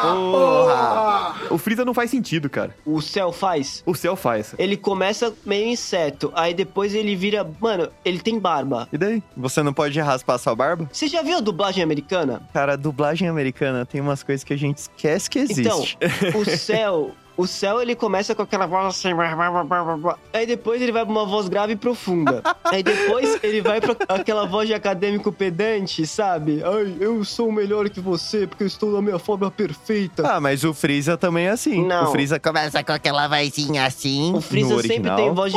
O Freeza não faz sentido, cara. O Cell faz. O Cell faz. Ele começa meio inseto, aí depois ele vira... Mano, ele tem barba. E daí? Você não pode raspar sua barba? Você já viu a dublagem americana? Cara, a dublagem americana tem umas coisas que a gente esquece que existe. Então, o Cell, ele começa com aquela voz assim... Aí depois ele vai pra uma voz grave e profunda. Aí depois ele vai pra aquela voz de acadêmico pedante, sabe? Ai, eu sou melhor que você porque eu estou na minha forma perfeita. Ah, mas o Freeza também é assim. Não. O Freeza começa com aquela vozinha assim. O Freeza no sempre original. tem voz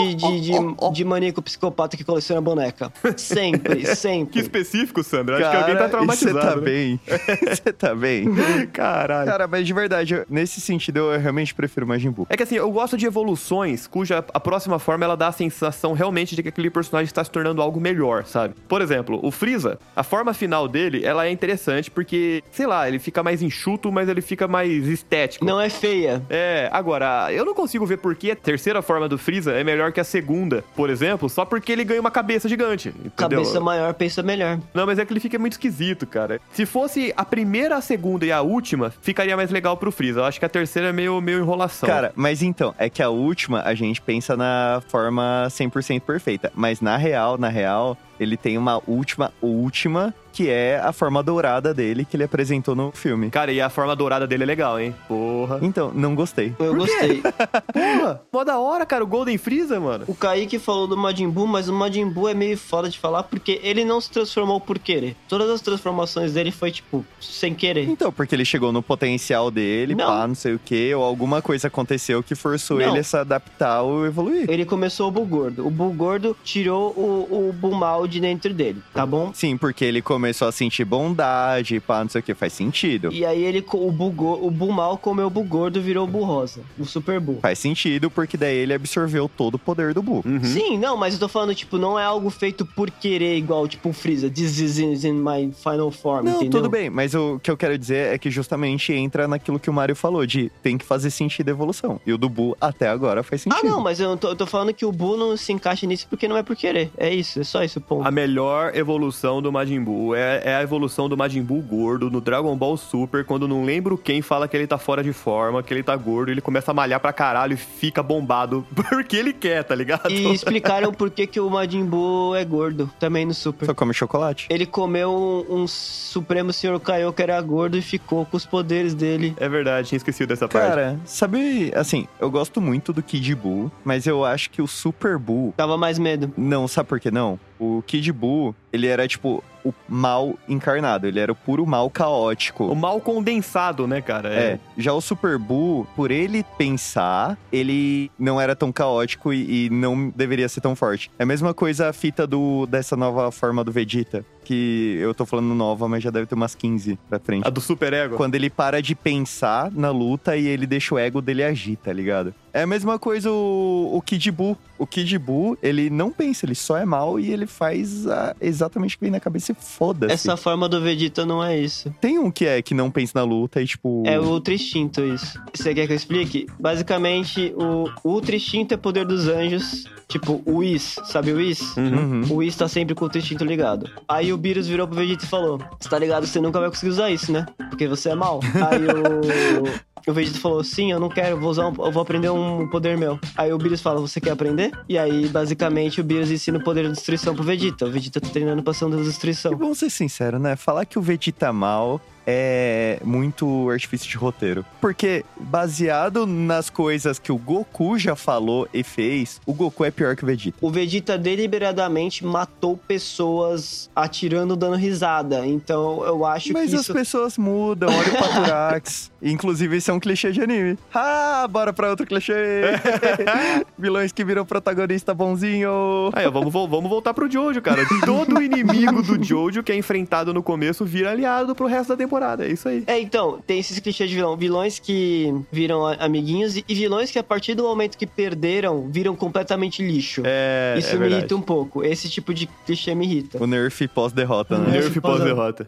de maníaco psicopata que coleciona boneca. Sempre, Que sempre. específico, Sandra. Acho que alguém tá traumatizado. Você tá né? bem. Você tá bem. Caralho. Cara, mas de verdade, nesse sentido, eu realmente prefiro Majin Buu. É que assim, eu gosto de evoluções cuja a próxima forma ela dá a sensação realmente de que aquele personagem está se tornando algo melhor, sabe? Por exemplo, o Freeza, a forma final dele, ela é interessante porque, sei lá, ele fica mais enxuto, mas ele fica mais estético. Não é feia. Agora, eu não consigo ver por que a terceira forma do Freeza é melhor que a segunda, por exemplo, só porque ele ganha uma cabeça gigante, entendeu? Cabeça maior, pensa melhor. Não, mas é que ele fica muito esquisito, cara. Se fosse a primeira, a segunda e a última, ficaria mais legal pro Freeza. Eu acho que a terceira é meio enrolação. Cara, mas então, é que a última, a gente pensa na forma 100% perfeita. Mas na real, ele tem uma última, que é a forma dourada dele, que ele apresentou no filme. Cara, e a forma dourada dele é legal, hein? Porra. Então, não gostei. Eu gostei. Porra, mó da hora, cara, o Golden Freeza, mano. O Kaique falou do Majin Buu, mas o Majin Buu é meio foda de falar porque ele não se transformou por querer. Todas as transformações dele foi, tipo, sem querer. Então, porque ele chegou no potencial dele, Não. pá, não sei o quê, ou alguma coisa aconteceu que forçou Não. ele a se adaptar ou evoluir. Ele começou o Buu Gordo. O Buu Gordo tirou o Buu Mal de dentro dele, tá bom? Sim, porque ele começou a sentir bondade, pá, não sei o que, faz sentido. E aí o Buu Mal comeu o Buu Gordo, virou o Buu Rosa, o Super Buu. Faz sentido, porque daí ele absorveu todo o poder do Buu. Uhum. Sim, não, mas eu tô falando, tipo, não é algo feito por querer, igual, tipo, o Freeza. This is in my final form, Não, entendeu? tudo bem, mas o que eu quero dizer é que justamente entra naquilo que o Mario falou, de tem que fazer sentido a evolução. E o do Buu, até agora, faz sentido. Ah, não, mas eu tô falando que o Buu não se encaixa nisso porque não é por querer. É isso, é só isso, ponto. A melhor evolução do Majin Buu é a evolução do Majin Buu gordo no Dragon Ball Super, quando não lembro quem fala que ele tá fora de forma, que ele tá gordo, ele começa a malhar pra caralho e fica bombado porque ele quer, tá ligado? E explicaram por que o Majin Buu é gordo, também no Super. Só come chocolate. Ele comeu um Supremo Senhor Kaiô que era gordo e ficou com os poderes dele. É verdade, tinha esquecido dessa parte. Cara, sabe, assim, eu gosto muito do Kid Buu, mas eu acho que o Super Buu... Dava mais medo. Não, sabe por que não? O Kid Buu, ele era, tipo, o mal encarnado. Ele era o puro mal caótico. O mal condensado, né, cara? É. Já o Super Buu, por ele pensar, ele não era tão caótico e não deveria ser tão forte. É a mesma coisa a fita dessa nova forma do Vegeta. que eu tô falando nova, mas já deve ter umas 15 pra frente. A do super ego. Quando ele para de pensar na luta e ele deixa o ego dele agir, tá ligado? É a mesma coisa o Kid Buu. O Kid Buu, ele não pensa, ele só é mal e ele faz exatamente o que vem na cabeça e foda-se. Essa forma do Vegeta não é isso. Tem um que não pensa na luta e tipo... É o Ultra Instinto isso. Você quer que eu explique? Basicamente, o Ultra Instinto é poder dos anjos. Tipo, o Whis, sabe o Whis? Uhum. O Whis tá sempre com o Ultra Instinto ligado. Aí o Beerus virou pro Vegeta e falou: você tá ligado, você nunca vai conseguir usar isso, né? Porque você é mal. Aí o Vegeta falou: sim, eu não quero, eu vou aprender um poder meu. Aí o Beerus fala: você quer aprender? E aí, basicamente, o Beerus ensina o poder de destruição pro Vegeta. O Vegeta tá treinando pra ser um deus de destruição. E vamos ser sinceros, né? Falar que o Vegeta é mal é muito artifício de roteiro. Porque, baseado nas coisas que o Goku já falou e fez, o Goku é pior que o Vegeta. O Vegeta deliberadamente matou pessoas atirando, dando risada. Então, eu acho Mas que as isso... pessoas mudam, olha o Paturax. Inclusive, isso é um clichê de anime. Ah, bora pra outro clichê. Vilões que viram protagonista bonzinho. Aí, ó, vamos voltar pro Jojo, cara. Todo inimigo do Jojo que é enfrentado no começo vira aliado pro resto da temporada. É isso aí. Então, tem esses clichês de vilão. Vilões que viram amiguinhos e vilões que, a partir do momento que perderam, viram completamente lixo. Isso me irrita um pouco. Esse tipo de clichê me irrita. O nerf pós-derrota, né? Nerf pós-derrota.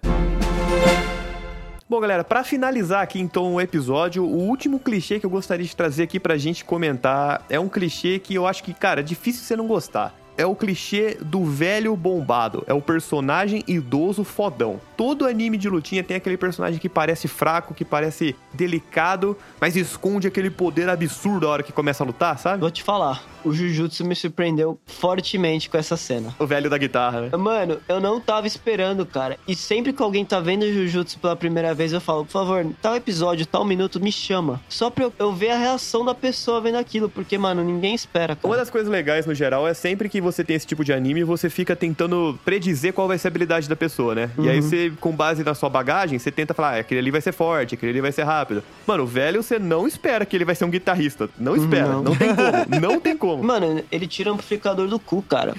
Bom, galera, pra finalizar aqui, então, o episódio, o último clichê que eu gostaria de trazer aqui pra gente comentar é um clichê que eu acho que, cara, é difícil você não gostar. É o clichê do velho bombado. É o personagem idoso fodão. Todo anime de lutinha tem aquele personagem que parece fraco, que parece delicado, mas esconde aquele poder absurdo a hora que começa a lutar, sabe? Vou te falar, o Jujutsu me surpreendeu fortemente com essa cena. O velho da guitarra, né? Mano, eu não tava esperando, cara. E sempre que alguém tá vendo o Jujutsu pela primeira vez, eu falo: por favor, tal episódio, tal minuto, me chama. Só pra eu ver a reação da pessoa vendo aquilo, porque, mano, ninguém espera, cara. Uma das coisas legais, no geral, é sempre que você tem esse tipo de anime, você fica tentando predizer qual vai ser a habilidade da pessoa, né? E aí você, com base na sua bagagem, você tenta falar: aquele ali vai ser forte, aquele ali vai ser rápido. Mano, o velho, você não espera que ele vai ser um guitarrista. Não espera. Não tem como. Não tem como. Mano, ele tira o amplificador do cu, cara.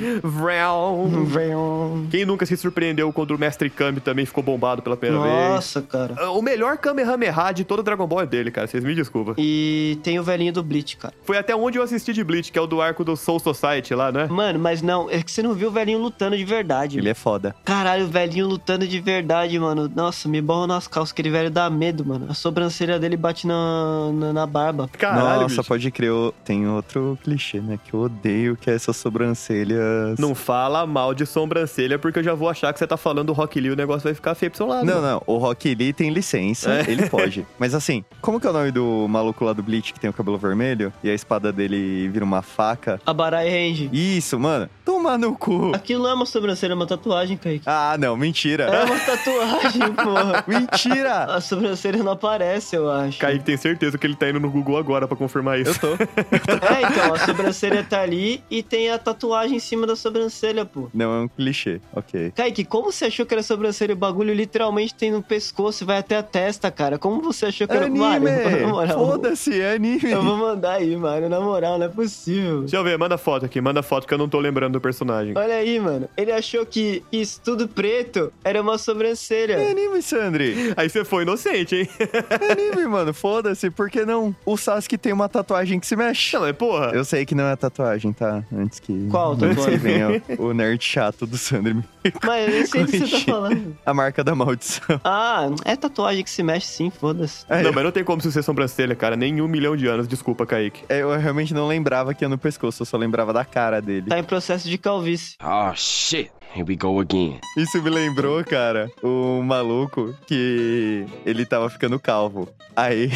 Quem nunca se surpreendeu quando o Mestre Kami também ficou bombado pela primeira vez? Nossa, cara. O melhor Kamehameha de todo o Dragon Ball é dele, cara. Vocês me desculpam. E tem o velhinho do Bleach, cara. Foi até onde eu assisti de Bleach, que é o do arco do Soul Society lá, né? Mano, mas não, é que você não viu o velhinho lutando de verdade. Ele é foda. Caralho, o velhinho lutando de verdade, mano. Nossa, me borram nas calças, aquele velho dá medo, mano. A sobrancelha dele bate na barba. Caralho, nossa, bicho. pode crer. Tem outro clichê, né? Que eu odeio, que é essas sobrancelhas... Não fala mal de sobrancelha, porque eu já vou achar que você tá falando do Rock Lee e o negócio vai ficar feio pro seu lado. Não. O Rock Lee tem licença, ele pode. Mas assim, como que é o nome do maluco lá do Bleach que tem o cabelo vermelho e a espada dele vira uma faca? A Barai Range. Isso, mano. Toma no cu. Aquilo não é uma sobrancelha, é uma tatuagem, Kaique. Ah, não. Mentira. É uma tatuagem, porra. Mentira. A sobrancelha não aparece, eu acho. Kaique tem certeza que ele tá indo no Google agora pra confirmar isso. Eu tô. Então, a sobrancelha tá ali e tem a tatuagem em cima da sobrancelha, pô. Não, é um clichê. Ok. Kaique, como você achou que era sobrancelha? O bagulho literalmente tem no pescoço e vai até a testa, cara. Como você achou que era... Anime! Mário, na moral. Foda-se, é anime. Eu vou mandar aí, Mário. Na moral, não é possível. Deixa eu ver, manda foto aqui, manda foto que eu não tô lembrando do personagem. Olha aí, mano. Ele achou que isso tudo preto era uma sobrancelha. É anime, Sandri. Aí você foi inocente, hein? É anime, mano. Foda-se. Por que não? O Sasuke tem uma tatuagem que se mexe. Não, mas porra. Eu sei que não é tatuagem, tá? Antes que... Qual Antes que tatuagem? venha o nerd chato do Sandri. Mas eu nem sei o que você tá Corrigir. falando. A marca da maldição. Ah, é tatuagem que se mexe sim, foda-se. Aí, Não, mas não tem como ser sobrancelha, cara. Nem 1 milhão de anos. Desculpa, Kaique. eu realmente não lembrava que ia no pescoço. Eu só lembrava da cara dele. Tá em processo de calvície. Oh, shit. Here we go again. Isso me lembrou, cara, o maluco que ele tava ficando calvo. Aí...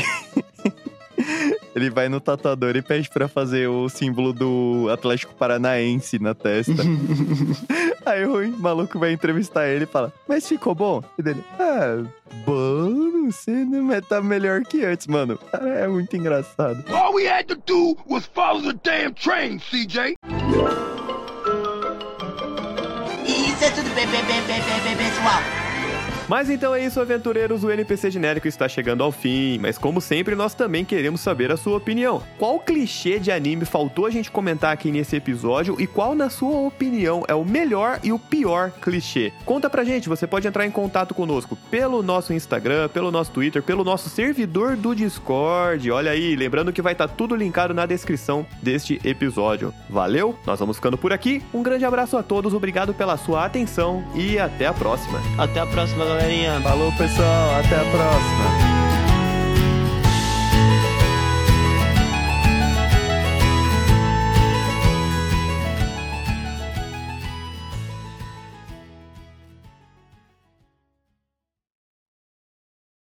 Ele vai no tatuador e pede pra fazer o símbolo do Atlético Paranaense na testa. Aí o maluco vai entrevistar ele e fala: mas ficou bom? E dele: bom, você não tá melhor que antes, mano. Cara, é muito engraçado. All we had to do was follow the damn train, CJ. Isso é tudo bem, pessoal. Mas então é isso, aventureiros, o NPC genérico está chegando ao fim, mas como sempre nós também queremos saber a sua opinião. Qual clichê de anime faltou a gente comentar aqui nesse episódio e qual, na sua opinião, é o melhor e o pior clichê? Conta pra gente, você pode entrar em contato conosco pelo nosso Instagram, pelo nosso Twitter, pelo nosso servidor do Discord. Olha aí, lembrando que vai estar tudo linkado na descrição deste episódio. Valeu? Nós vamos ficando por aqui. Um grande abraço a todos, obrigado pela sua atenção e até a próxima. Até a próxima, galerinha. Falou, pessoal. Até a próxima.